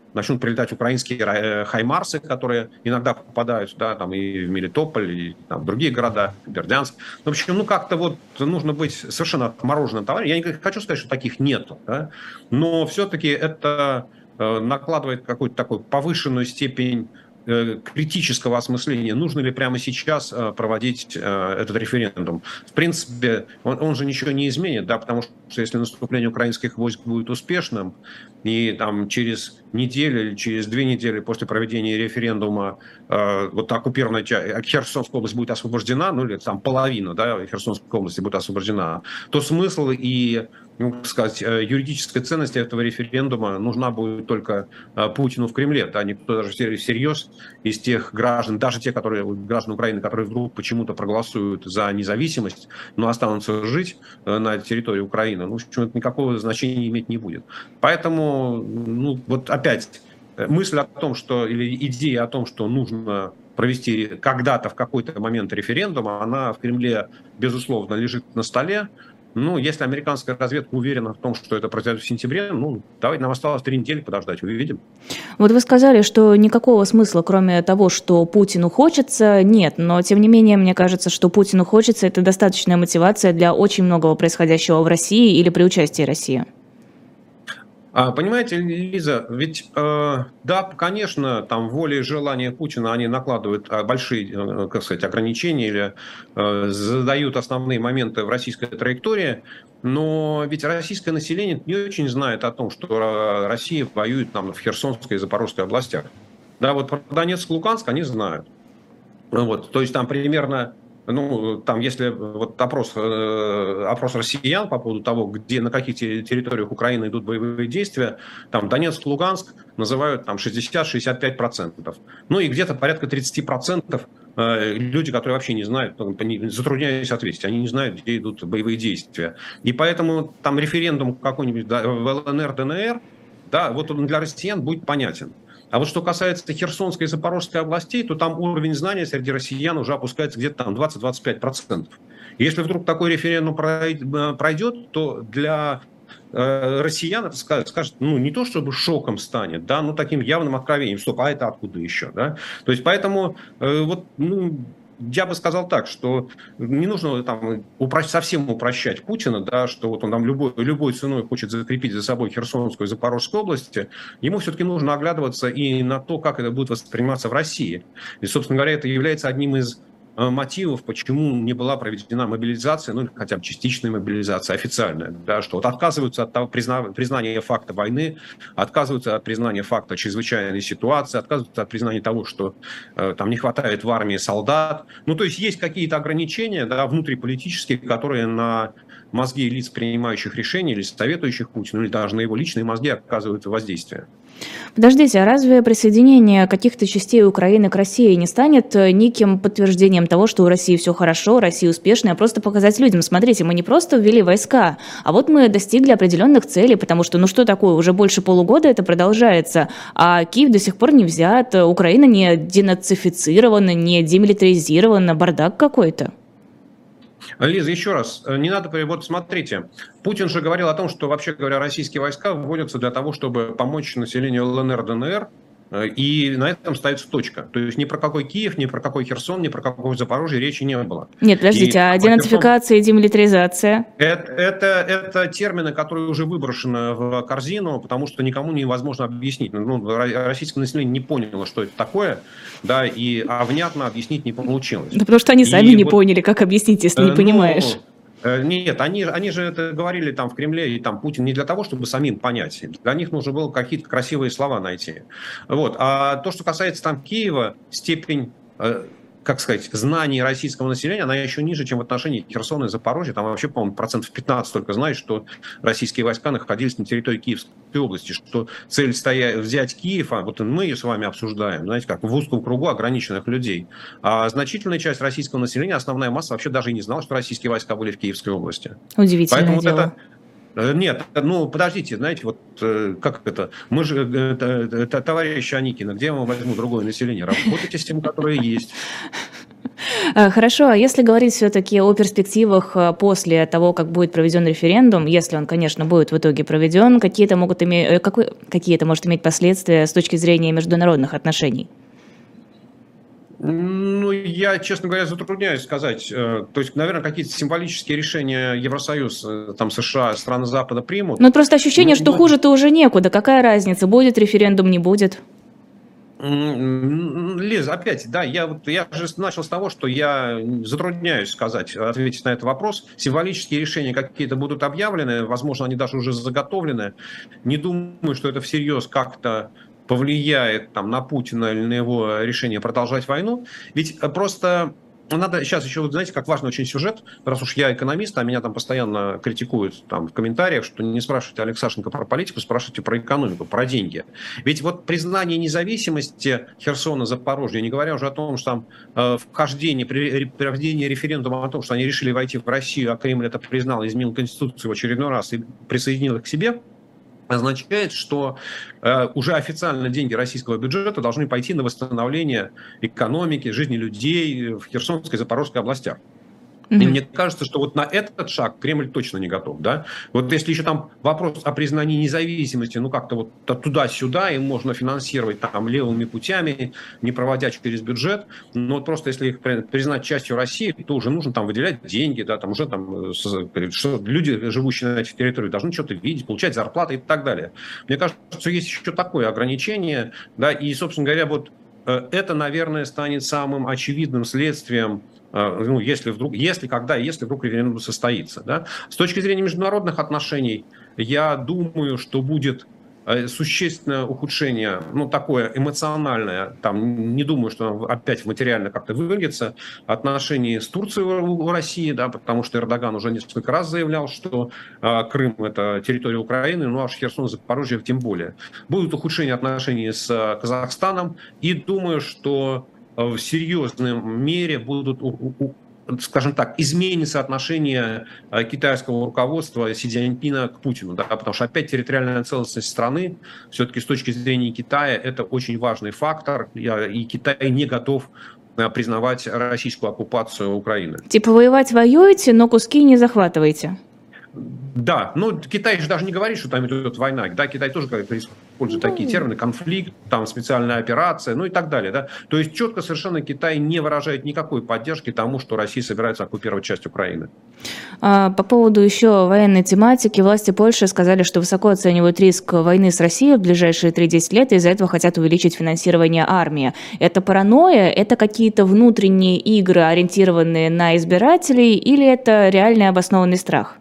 начнут прилетать украинские хаймарсы, которые иногда попадают, да, там и в Мелитополь, и там, в другие города, Бердянск. В общем, ну как-то вот нужно быть совершенно отмороженным товарищем. Я не хочу сказать, что таких нету, да, но все-таки это накладывает какую-то такую повышенную степень критического осмысления, нужно ли прямо сейчас проводить этот референдум. В принципе, он же ничего не изменит, да, потому что если наступление украинских войск будет успешным, и там через неделю или через 2 недели после проведения референдума вот оккупированная Херсонская область будет освобождена, ну или там половина, да, Херсонской области будет освобождена, то смысл и, ну, так сказать, юридическая ценность этого референдума нужна будет только Путину в Кремле. Да, никто даже всерьез из тех граждан, даже те, которые, граждан Украины, которые вдруг почему-то проголосуют за независимость, но останутся жить на территории Украины, ну, в общем, это никакого значения иметь не будет. Поэтому, ну, вот опять, мысль о том, что, или идея о том, что нужно провести когда-то в какой-то момент референдум, она в Кремле, безусловно, лежит на столе. Ну, если американская разведка уверена в том, что это произойдет в сентябре, ну, давайте, нам осталось 3 недели подождать, увидим. Вот вы сказали, что никакого смысла, кроме того, что Путину хочется, нет. Но, тем не менее, мне кажется, что Путину хочется – это достаточная мотивация для очень многого происходящего в России или при участии России. Понимаете, Лиза, ведь, да, конечно, там воля и желание Путина, они накладывают большие, как сказать, ограничения или задают основные моменты в российской траектории, но ведь российское население не очень знает о том, что Россия воюет там в Херсонской и Запорожской областях. Да, вот про Донецк и Луганск они знают. Вот, то есть там примерно... Ну, там, если вот опрос россиян по поводу того, где, на каких территориях Украины идут боевые действия, там Донецк, Луганск называют там 60-65%. Ну и где-то порядка 30% люди, которые вообще не знают, затрудняюсь ответить, они не знают, где идут боевые действия. И поэтому там референдум какой-нибудь в ЛНР, ДНР, да, вот он для россиян будет понятен. А вот что касается Херсонской и Запорожской областей, то там уровень знания среди россиян уже опускается где-то там 20-25%. Если вдруг такой референдум пройдет, то для россиян это скажет, ну, не то чтобы шоком станет, да, но таким явным откровением. Стоп, а это откуда еще, да? То есть поэтому вот, ну, я бы сказал так, что не нужно там совсем упрощать Путина, да, что вот он там любой ценой хочет закрепить за собой Херсонскую и Запорожскую области. Ему все-таки нужно оглядываться и на то, как это будет восприниматься в России. И, собственно говоря, это является одним из мотивов, почему не была проведена мобилизация, ну, хотя бы частичная мобилизация, официальная, да, что вот отказываются от того, признания факта войны, отказываются от признания факта чрезвычайной ситуации, отказываются от признания того, что там не хватает в армии солдат. Ну, то есть есть какие-то ограничения, да, внутриполитические, которые на мозги лиц, принимающих решения, или советующих Путину, или даже на его личные мозги оказывают воздействие. Подождите, а разве присоединение каких-то частей Украины к России не станет неким подтверждением того, что у России все хорошо, Россия успешная, а просто показать людям, смотрите, мы не просто ввели войска, а вот мы достигли определенных целей, потому что, ну что такое, уже больше полугода это продолжается, а Киев до сих пор не взят, Украина не денацифицирована, не демилитаризирована, бардак какой-то. Лиза, еще раз, не надо, вот смотрите, Путин же говорил о том, что, вообще говоря, российские войска вводятся для того, чтобы помочь населению ЛНР, ДНР, и на этом ставится точка. То есть ни про какой Киев, ни про какой Херсон, ни про какой Запорожье речи не было. Нет, подождите, а денацификация и демилитаризация? Это термины, которые уже выброшены в корзину, потому что никому невозможно объяснить. Ну, российское население не поняло, что это такое, да, а внятно объяснить не получилось. Да потому что они сами не поняли, как объяснить, если не понимаешь. Нет, они же это говорили там в Кремле, и там Путин не для того, чтобы самим понять. Для них нужно было какие-то красивые слова найти. Вот. А то, что касается там Киева, степень, как сказать, знаний российского населения, она еще ниже, чем в отношении Херсона и Запорожья. Там вообще, по-моему, 15% только знает, что российские войска находились на территории Киевской области, что цель взять Киев, а вот мы ее с вами обсуждаем, знаете, как в узком кругу ограниченных людей. А значительная часть российского населения, основная масса, вообще даже и не знала, что российские войска были в Киевской области. Удивительное Поэтому дело. Вот это... Нет, ну подождите, знаете, вот как это? Мы же, товарищ Аникина, где я вам возьму другое население? Работайте с тем, которое есть. Хорошо, а если говорить все-таки о перспективах после того, как будет проведен референдум, если он, конечно, будет в итоге проведен, какие это может иметь последствия с точки зрения международных отношений? Ну, я, честно говоря, затрудняюсь сказать. То есть, наверное, какие-то символические решения Евросоюз, там, США, страны Запада примут. Ну, просто ощущение, что Но хуже-то уже некуда. Какая разница, будет референдум, не будет? Лиз, опять, да, я же начал с того, что я затрудняюсь ответить на этот вопрос. Символические решения какие-то будут объявлены, возможно, они даже уже заготовлены. Не думаю, что это всерьез как-то повлияет там, на Путина или на его решение продолжать войну. Ведь просто надо сейчас еще, вот знаете, как важный очень сюжет, раз уж я экономист, а меня там постоянно критикуют там, в комментариях, что не спрашивайте Алексашенко про политику, спрашивайте про экономику, про деньги. Ведь вот признание независимости Херсона, Запорожья, не говоря уже о том, что там вхождение, при проведении референдума о том, что они решили войти в Россию, а Кремль это признал, изменил Конституцию в очередной раз и присоединил их к себе, означает, что уже официально деньги российского бюджета должны пойти на восстановление экономики, жизни людей в Херсонской и Запорожской областях. И мне кажется, что вот на этот шаг Кремль точно не готов, да. Вот если еще там вопрос о признании независимости, ну как-то вот туда-сюда, им можно финансировать там левыми путями, не проводя через бюджет, но вот просто если их признать частью России, то уже нужно там выделять деньги, да, там уже там что люди, живущие на этих территориях, должны что-то видеть, получать зарплаты и так далее. Мне кажется, что есть еще такое ограничение, да, и, собственно говоря, вот это, наверное, станет самым очевидным следствием, ну, если вдруг референдум состоится. Да? С точки зрения международных отношений, я думаю, что будет существенное ухудшение, ну, такое эмоциональное, там, не думаю, что оно опять материально как-то выльется, отношений с Турцией у России, да, потому что Эрдоган уже несколько раз заявлял, что Крым – это территория Украины, ну, аж Херсон, Запорожье тем более. Будут ухудшения отношений с Казахстаном, и думаю, что в серьезной мере будут, скажем так, изменится отношение китайского руководства Си Цзиньпина к Путину, да, потому что опять территориальная целостность страны, все-таки с точки зрения Китая, это очень важный фактор, и Китай не готов признавать российскую оккупацию Украины. Типа воевать воюете, но куски не захватываете. Да, ну Китай же даже не говорит, что там идет война. Да, Китай тоже использует такие термины: конфликт, там специальная операция, ну и так далее. Да? То есть четко совершенно Китай не выражает никакой поддержки тому, что Россия собирается оккупировать часть Украины. По поводу еще военной тематики, власти Польши сказали, что высоко оценивают риск войны с Россией в ближайшие 3-10 лет, и из-за этого хотят увеличить финансирование армии. Это паранойя, это какие-то внутренние игры, ориентированные на избирателей, или это реальный обоснованный страх?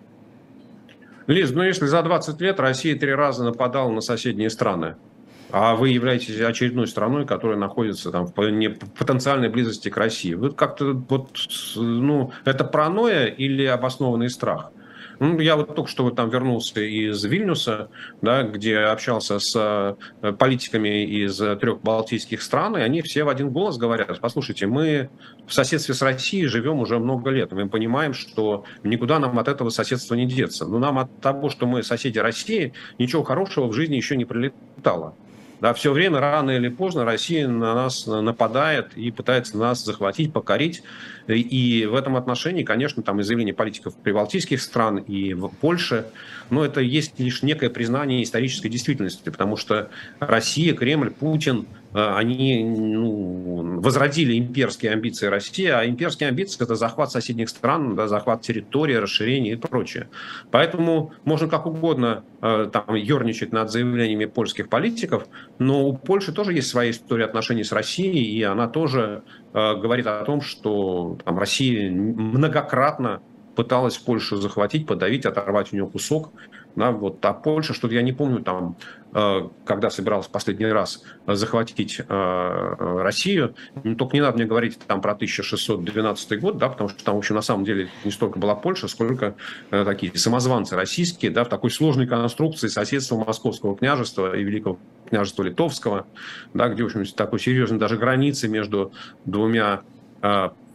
Лиз, ну если за 20 лет Россия 3 раза нападала на соседние страны, а вы являетесь очередной страной, которая находится там в потенциальной близости к России, вы как-то вот, ну, это паранойя или обоснованный страх? Ну, я вот только что там вернулся из Вильнюса, да, где общался с политиками из 3 балтийских стран, и они все в один голос говорят: послушайте, мы в соседстве с Россией живем уже много лет, мы понимаем, что никуда нам от этого соседства не деться. Но нам от того, что мы соседи России, ничего хорошего в жизни еще не прилетало. Да, все время, рано или поздно, Россия на нас нападает и пытается нас захватить, покорить. И в этом отношении, конечно, там и заявления политиков прибалтийских стран и в Польше, но это есть лишь некое признание исторической действительности, потому что Россия, Кремль, Путин, они возродили имперские амбиции России, а имперские амбиции – это захват соседних стран, да, захват территории, расширение и прочее. Поэтому можно как угодно там ерничать над заявлениями польских политиков, но у Польши тоже есть своя история отношений с Россией, и она тоже говорит о том, что там, Россия многократно пыталась Польшу захватить, подавить, оторвать у нее кусок. Да, вот, а Польша, что-то я не помню, там, когда собиралась в последний раз захватить Россию, только не надо мне говорить там, про 1612 год, да, потому что там, в общем, на самом деле не столько была Польша, сколько такие самозванцы российские, да, в такой сложной конструкции соседства Московского княжества и Великого княжества Литовского, да, где, в общем, такой серьезной даже границы между двумя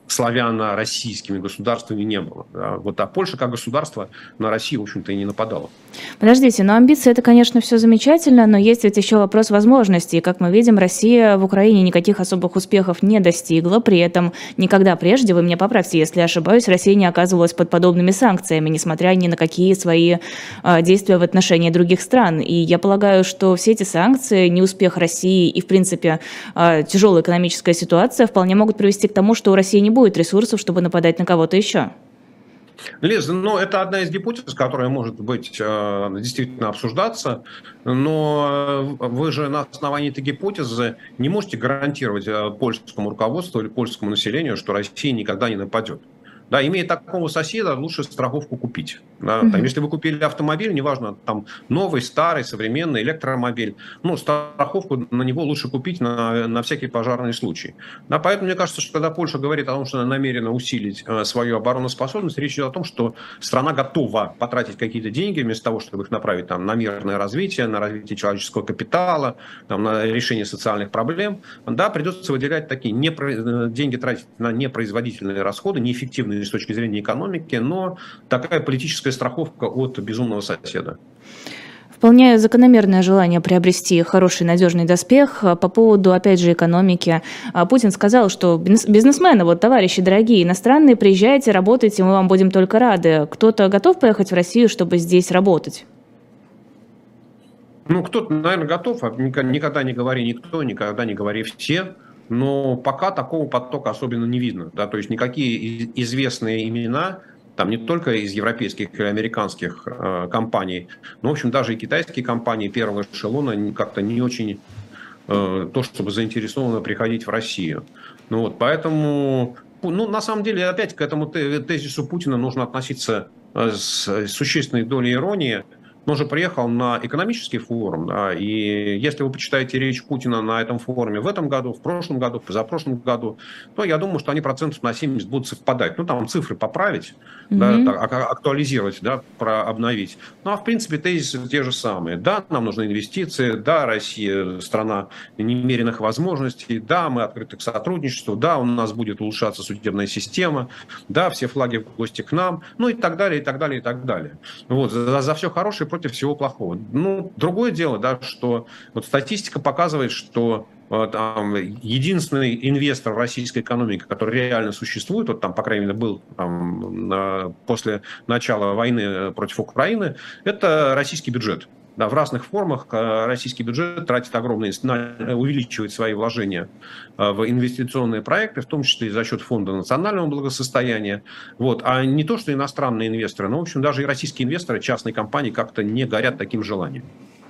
славяно-российскими государствами не было. Да. Вот, а Польша как государство на Россию, в общем-то, и не нападала. Подождите, но амбиции это, конечно, все замечательно, но есть ведь еще вопрос возможностей. Как мы видим, Россия в Украине никаких особых успехов не достигла, при этом никогда прежде, вы меня поправьте, если я ошибаюсь, Россия не оказывалась под подобными санкциями, несмотря ни на какие свои действия в отношении других стран. И я полагаю, что все эти санкции, неуспех России и, в принципе, тяжелая экономическая ситуация вполне могут привести к тому, что у России не будет ресурсов, чтобы нападать на кого-то еще. Лиза, ну, это одна из гипотез, которая может быть действительно обсуждаться, но вы же на основании этой гипотезы не можете гарантировать польскому руководству или польскому населению, что Россия никогда не нападет. Да, имея такого соседа, лучше страховку купить. Да, там, если вы купили автомобиль, неважно, там новый, старый, современный, электромобиль, ну, страховку на него лучше купить на всякий пожарный случай. Да, поэтому мне кажется, что когда Польша говорит о том, что она намерена усилить свою обороноспособность, речь идет о том, что страна готова потратить какие-то деньги вместо того, чтобы их направить там, на мирное развитие, на развитие человеческого капитала, там, на решение социальных проблем. Да, придется выделять такие деньги тратить на непроизводительные расходы, неэффективные с точки зрения экономики, но такая политическая страховка от безумного соседа. Вполне закономерное желание приобрести хороший надежный доспех. По поводу, опять же, экономики. Путин сказал, что бизнесмены, вот, товарищи дорогие, иностранные, приезжайте, работайте, мы вам будем только рады. Кто-то готов поехать в Россию, чтобы здесь работать? Ну, кто-то, наверное, готов. Никогда не говори никто, никогда не говори все. Но пока такого потока особенно не видно. Да? То есть никакие известные имена, там не только из европейских или американских компаний, но, в общем, даже и китайские компании первого эшелона как-то не очень то, чтобы заинтересованы приходить в Россию. Ну, вот, поэтому, ну, на самом деле, опять к этому тезису Путина нужно относиться с существенной долей иронии. Он же приехал на экономический форум, да, и если вы почитаете речь Путина на этом форуме в этом году, в прошлом году, в позапрошлом году, то я думаю, что они процентов на 70 будут совпадать. Ну, там цифры поправить, да, актуализировать, да, обновить. Ну, а в принципе тезисы те же самые. Да, нам нужны инвестиции, да, Россия страна немеренных возможностей, да, мы открыты к сотрудничеству, да, у нас будет улучшаться судебная система, да, все флаги в гости к нам, ну и так далее, и так далее, и так далее. Вот, за все хорошее против всего плохого. Ну, другое дело, да, что вот статистика показывает, что там, единственный инвестор в российской экономике, который реально существует, вот там, по крайней мере, был там, после начала войны против Украины, это российский бюджет. Да, в разных формах российский бюджет тратит огромные, увеличивает свои вложения в инвестиционные проекты, в том числе и за счет Фонда национального благосостояния. Вот. А не то, что иностранные инвесторы, но, в общем, даже и российские инвесторы, частные компании как-то не горят таким желанием.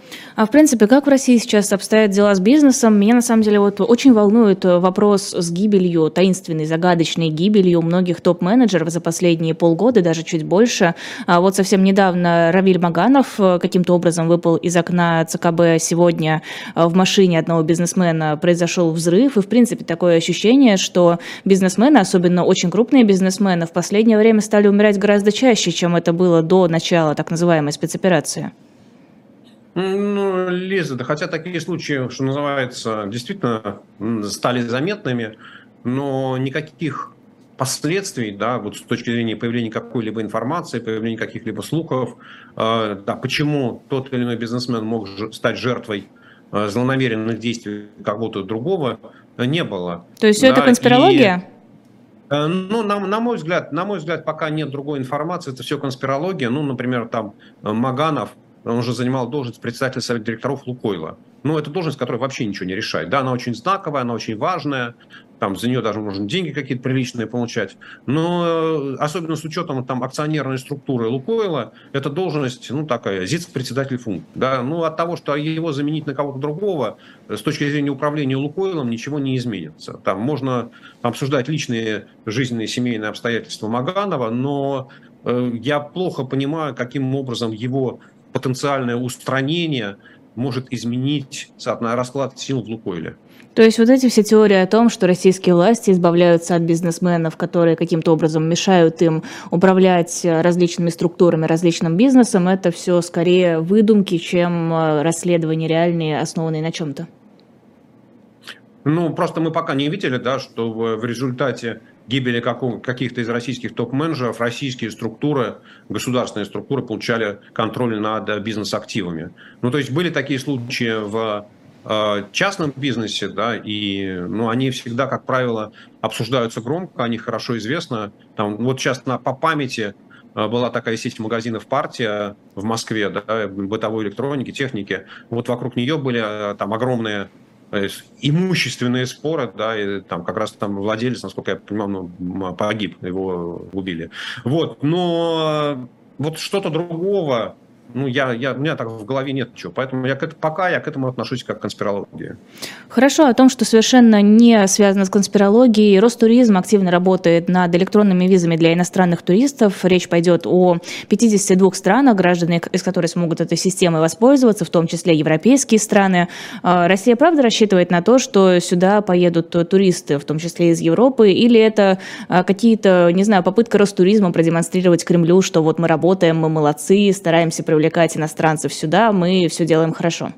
А в принципе, как в России сейчас обстоят дела с бизнесом? Меня на самом деле вот очень волнует вопрос с гибелью, таинственной, загадочной гибелью многих топ-менеджеров за последние полгода, даже чуть больше. А вот совсем недавно Равиль Маганов каким-то образом выпал из окна ЦКБ. Сегодня в машине одного бизнесмена произошел взрыв. И в принципе такое ощущение, что бизнесмены, особенно очень крупные бизнесмены, в последнее время стали умирать гораздо чаще, чем это было до начала так называемой спецоперации. Ну, Лиза, да хотя такие случаи, что называется, действительно стали заметными, но никаких последствий, да, вот с точки зрения появления какой-либо информации, появления каких-либо слухов, да, почему тот или иной бизнесмен мог стать жертвой злонамеренных действий кого-то другого, не было. То есть все это конспирология? Ну, на мой взгляд, пока нет другой информации, это все конспирология. Ну, например, там Маганов, он уже занимал должность председателя совета директоров Лукойла. Ну, это должность, которая вообще ничего не решает. Да, она очень знаковая, она очень важная. Там за нее даже можно деньги какие-то приличные получать. Но особенно с учетом там акционерной структуры Лукойла, эта должность, ну, такая, зиц-председатель фунт. Да, ну, от того, что его заменить на кого-то другого, с точки зрения управления Лукойлом, ничего не изменится. Там можно обсуждать личные жизненные, семейные обстоятельства Маганова, но я плохо понимаю, каким образом его потенциальное устранение может изменить расклад сил в Лукойле. То есть вот эти все теории о том, что российские власти избавляются от бизнесменов, которые каким-то образом мешают им управлять различными структурами, различным бизнесом, это все скорее выдумки, чем расследования реальные, основанные на чем-то? Ну, просто мы пока не видели, да, что в результате гибели каких-то из российских топ-менеджеров российские структуры, государственные структуры получали контроль над бизнес-активами. Ну, то есть были такие случаи в частном бизнесе, да, и они всегда, как правило, обсуждаются громко, о них хорошо известно. Там, вот сейчас по памяти была такая сеть магазинов «Партия» в Москве, да, бытовой электроники, техники. Вот вокруг нее были там огромные имущественные споры, да, и там как раз там владелец, насколько я понимаю, погиб, его убили. Вот, но вот что-то другого, у меня так в голове нет ничего, поэтому пока я к этому отношусь как к конспирологии. Хорошо, о том, что совершенно не связано с конспирологией. Ростуризм активно работает над электронными визами для иностранных туристов. Речь пойдет о 52 странах, граждане из которых смогут этой системой воспользоваться, в том числе европейские страны. Россия, правда, рассчитывает на то, что сюда поедут туристы, в том числе из Европы, или это какие-то, не знаю, попытка Ростуризма продемонстрировать Кремлю, что вот мы работаем, мы молодцы, стараемся привлекать иностранцев сюда, мы все делаем хорошо?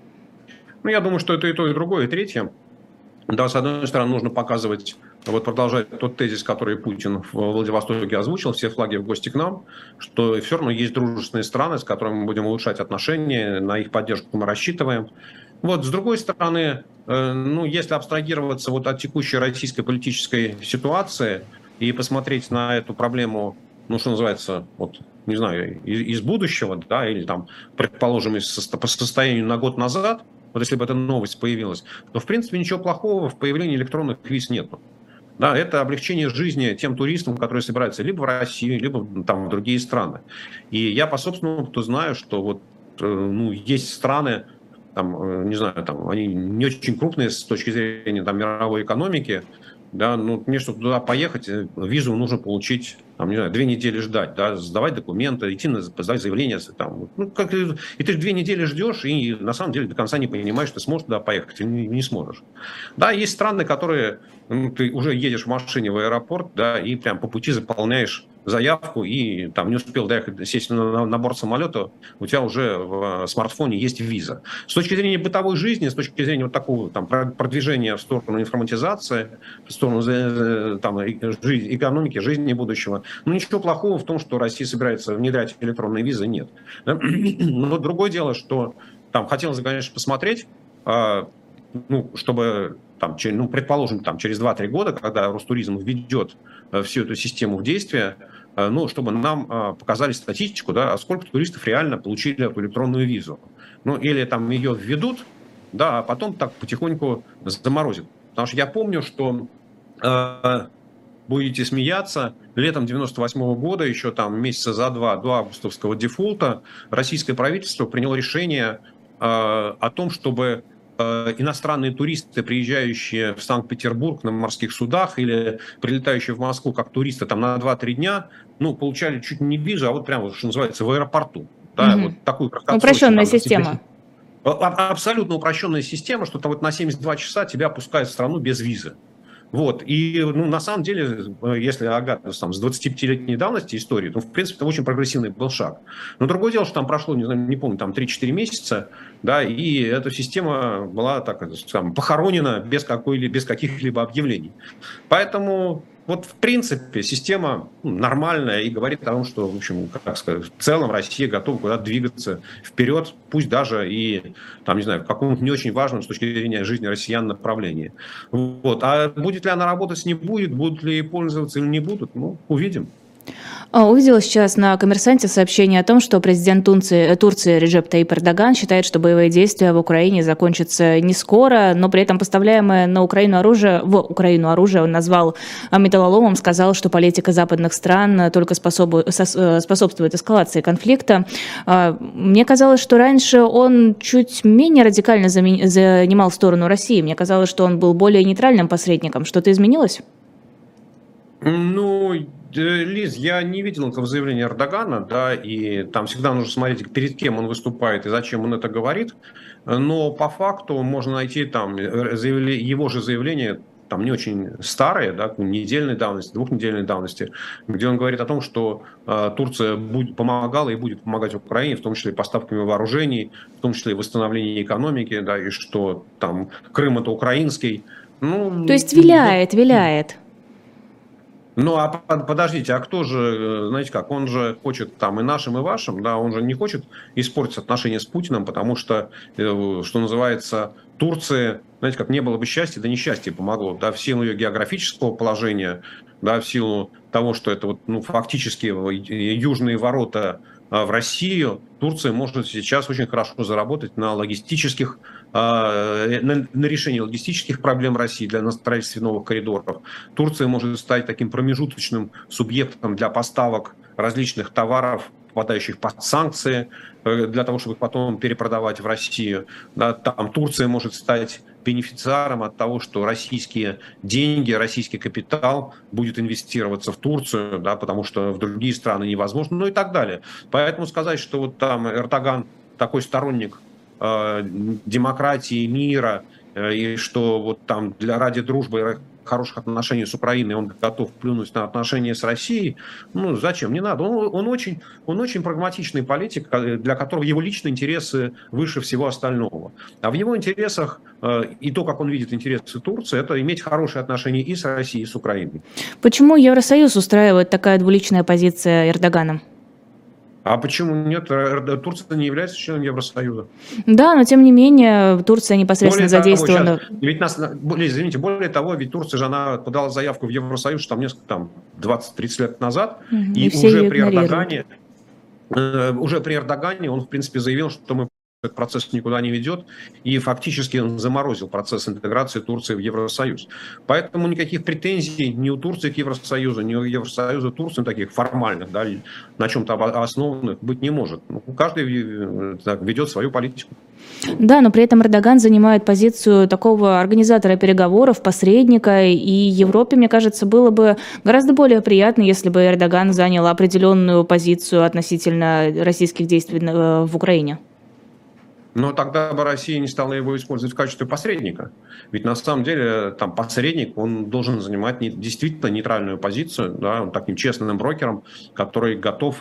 Я думаю, что это и то, и другое, и третье. Да, с одной стороны, нужно показывать, вот продолжать тот тезис, который Путин в Владивостоке озвучил, все флаги в гости к нам, что все равно есть дружественные страны, с которыми мы будем улучшать отношения, на их поддержку мы рассчитываем. Вот, с другой стороны, если абстрагироваться вот от текущей российской политической ситуации и посмотреть на эту проблему, что называется, вот, не знаю, из будущего, да, или там, предположим, по состоянию на год назад, вот если бы эта новость появилась, то, в принципе, ничего плохого в появлении электронных виз нет. Да, это облегчение жизни тем туристам, которые собираются либо в Россию, либо там в другие страны. И я по собственному опыту знаю, что вот, есть страны, там, не знаю, там, они не очень крупные с точки зрения там, мировой экономики, да, мне, чтобы туда поехать, визу нужно получить, там, не знаю, 2 недели ждать, да, сдавать документы, идти сдавать заявление, там, и ты 2 недели ждешь, и на самом деле до конца не понимаешь, ты сможешь туда поехать или не сможешь. Да, есть страны, которые, ты уже едешь в машине в аэропорт, да, и прям по пути заполняешь заявку, и там не успел доехать, сесть на борт самолета, у тебя уже в смартфоне есть виза. С точки зрения бытовой жизни, с точки зрения вот такого там, продвижения в сторону информатизации, в сторону там, экономики, жизни будущего, ничего плохого в том, что Россия собирается внедрять электронные визы, нет. Но другое дело, что там хотелось бы, конечно, посмотреть, чтобы, там, предположим, там, через 2-3 года, когда Ростуризм введет всю эту систему в действие, чтобы нам показали статистику, да, сколько туристов реально получили эту электронную визу. Или там ее введут, да, а потом так потихоньку заморозят. Потому что я помню, что будете смеяться, летом 98 года, еще там месяца за 2 до августовского дефолта, российское правительство приняло решение о том, чтобы иностранные туристы, приезжающие в Санкт-Петербург на морских судах или прилетающие в Москву как туристы там, на 2-3 дня, получали чуть не визу, а вот прямо, что называется, в аэропорту. Да, вот такую упрощенная система. Абсолютно упрощенная система, что там вот на 72 часа тебя пускают в страну без визы. Вот. И на самом деле, если там, с 25-летней давности истории, то, в принципе, это очень прогрессивный был шаг. Но другое дело, что там прошло, не помню, там 3-4 месяца, да, и эта система была так, похоронена без каких-либо объявлений. Поэтому вот, в принципе, система нормальная и говорит о том, что, в общем, как сказать, в целом Россия готова куда-то двигаться вперед, пусть даже и, там, не знаю, в каком-то не очень важном с точки зрения жизни россиян направлении. Вот. А будет ли она работать, не будет, будут ли ей пользоваться или не будут, увидим. Увидела сейчас на «Коммерсанте» сообщение о том, что президент Турции Реджеп Таyyip Эрдоган считает, что боевые действия в Украине закончатся не скоро, но при этом поставляемое в Украину оружие он назвал металлоломом, сказал, что политика западных стран только способствует эскалации конфликта. Мне казалось, что раньше он чуть менее радикально занимал сторону России. Мне казалось, что он был более нейтральным посредником. Что-то изменилось? Лиз, я не видел этого заявления Эрдогана, да, и там всегда нужно смотреть, перед кем он выступает и зачем он это говорит, но по факту можно найти там его же заявление, там не очень старые, да, недельной давности, 2-недельной давности, где он говорит о том, что Турция помогала и будет помогать Украине, в том числе и поставками вооружений, в том числе и восстановлением экономики, да, и что там Крым это украинский. То есть виляет. Ну, а подождите, а кто же, знаете как, он же хочет там и нашим, и вашим, да, он же не хочет испортить отношения с Путиным, потому что, что называется, Турции, знаете как, не было бы счастья, да несчастье помогло, да, в силу ее географического положения, да, в силу того, что это вот, ну, фактически южные ворота в Россию, Турция может сейчас очень хорошо заработать на логистических, на решении логистических проблем России, на строительстве новых коридоров. Турция может стать таким промежуточным субъектом для поставок различных товаров, попадающих под санкции, для того, чтобы их потом перепродавать в Россию. Да, там Турция может стать бенефициаром от того, что российские деньги, российский капитал будет инвестироваться в Турцию, да, потому что в другие страны невозможно, ну и так далее. Поэтому сказать, что вот там Эрдоган такой сторонник демократии, мира, и что вот там ради дружбы хороших отношений с Украиной он готов плюнуть на отношения с Россией, ну зачем, не надо. Он очень прагматичный политик, для которого его личные интересы выше всего остального. А в его интересах и то, как он видит интересы Турции, это иметь хорошие отношения и с Россией, и с Украиной. Почему Евросоюз устраивает такая двуличная позиция Эрдогана? А почему нет? Турция не является членом Евросоюза. Да, но тем не менее Турция непосредственно задействована. Ведь извините, более того, ведь Турция же она подала заявку в Евросоюз там несколько, 20-30 лет назад, и уже при Эрдогане он, в принципе, заявил, что этот процесс никуда не ведет, и фактически он заморозил процесс интеграции Турции в Евросоюз. Поэтому никаких претензий ни у Турции к Евросоюзу, ни у Евросоюза Турции, таких формальных, да, на чем-то основанных быть не может. Каждый ведет свою политику. Да, но при этом Эрдоган занимает позицию такого организатора переговоров, посредника, и Европе, мне кажется, было бы гораздо более приятно, если бы Эрдоган занял определенную позицию относительно российских действий в Украине. Но тогда бы Россия не стала его использовать в качестве посредника. Ведь на самом деле там посредник, он должен занимать действительно нейтральную позицию, да, он таким честным брокером, который готов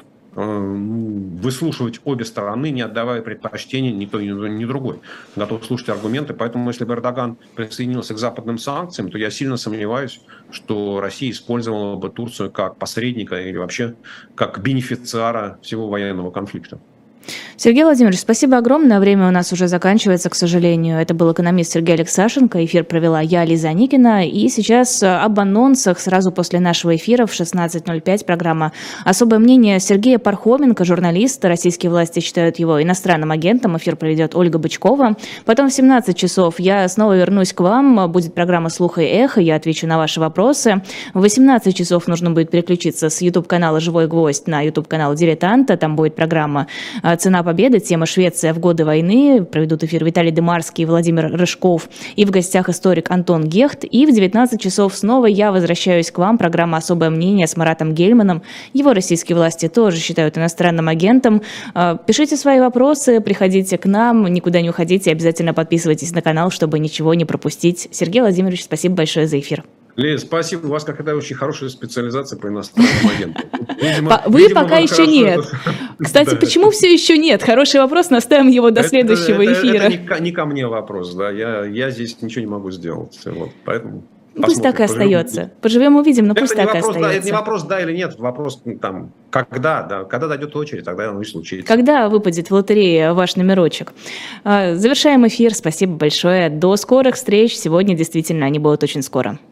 выслушивать обе стороны, не отдавая предпочтения ни той, ни другой. Готов слушать аргументы. Поэтому, если бы Эрдоган присоединился к западным санкциям, то я сильно сомневаюсь, что Россия использовала бы Турцию как посредника или вообще как бенефициара всего военного конфликта. Сергей Владимирович, спасибо огромное. Время у нас уже заканчивается, к сожалению. Это был экономист Сергей Алексашенко. Эфир провела я, Лиза Никина. И сейчас об анонсах сразу после нашего эфира в 16:05 программа «Особое мнение» Сергея Пархоменко, журналиста. Российские власти считают его иностранным агентом. Эфир проведет Ольга Бычкова. Потом в 17 часов я снова вернусь к вам. Будет программа «Слух и эхо». Я отвечу на ваши вопросы. В 18 часов нужно будет переключиться с YouTube-канала «Живой гвоздь» на YouTube-канал «Дилетанта». Там будет программа «Цена победы», тема «Швеция в годы войны». Проведут эфир Виталий Дымарский и Владимир Рыжков. И в гостях историк Антон Гехт. И в 19 часов снова я возвращаюсь к вам. Программа «Особое мнение» с Маратом Гельманом. Его российские власти тоже считают иностранным агентом. Пишите свои вопросы, приходите к нам, никуда не уходите. Обязательно подписывайтесь на канал, чтобы ничего не пропустить. Сергей Владимирович, спасибо большое за эфир. Лиз, спасибо. У вас какая-то очень хорошая специализация по иностранным агентам. Вы пока еще нет. Кстати, почему все еще нет? Хороший вопрос, но оставим его до следующего эфира. Это не ко мне вопрос, да. Я здесь ничего не могу сделать. Поэтому пусть так и остается. Поживем, увидим, но пусть так и остается. Это не вопрос да или нет, вопрос там, когда дойдет очередь, тогда оно и случится. Когда выпадет в лотерее ваш номерочек. Завершаем эфир. Спасибо большое. До скорых встреч. Сегодня действительно они будут очень скоро.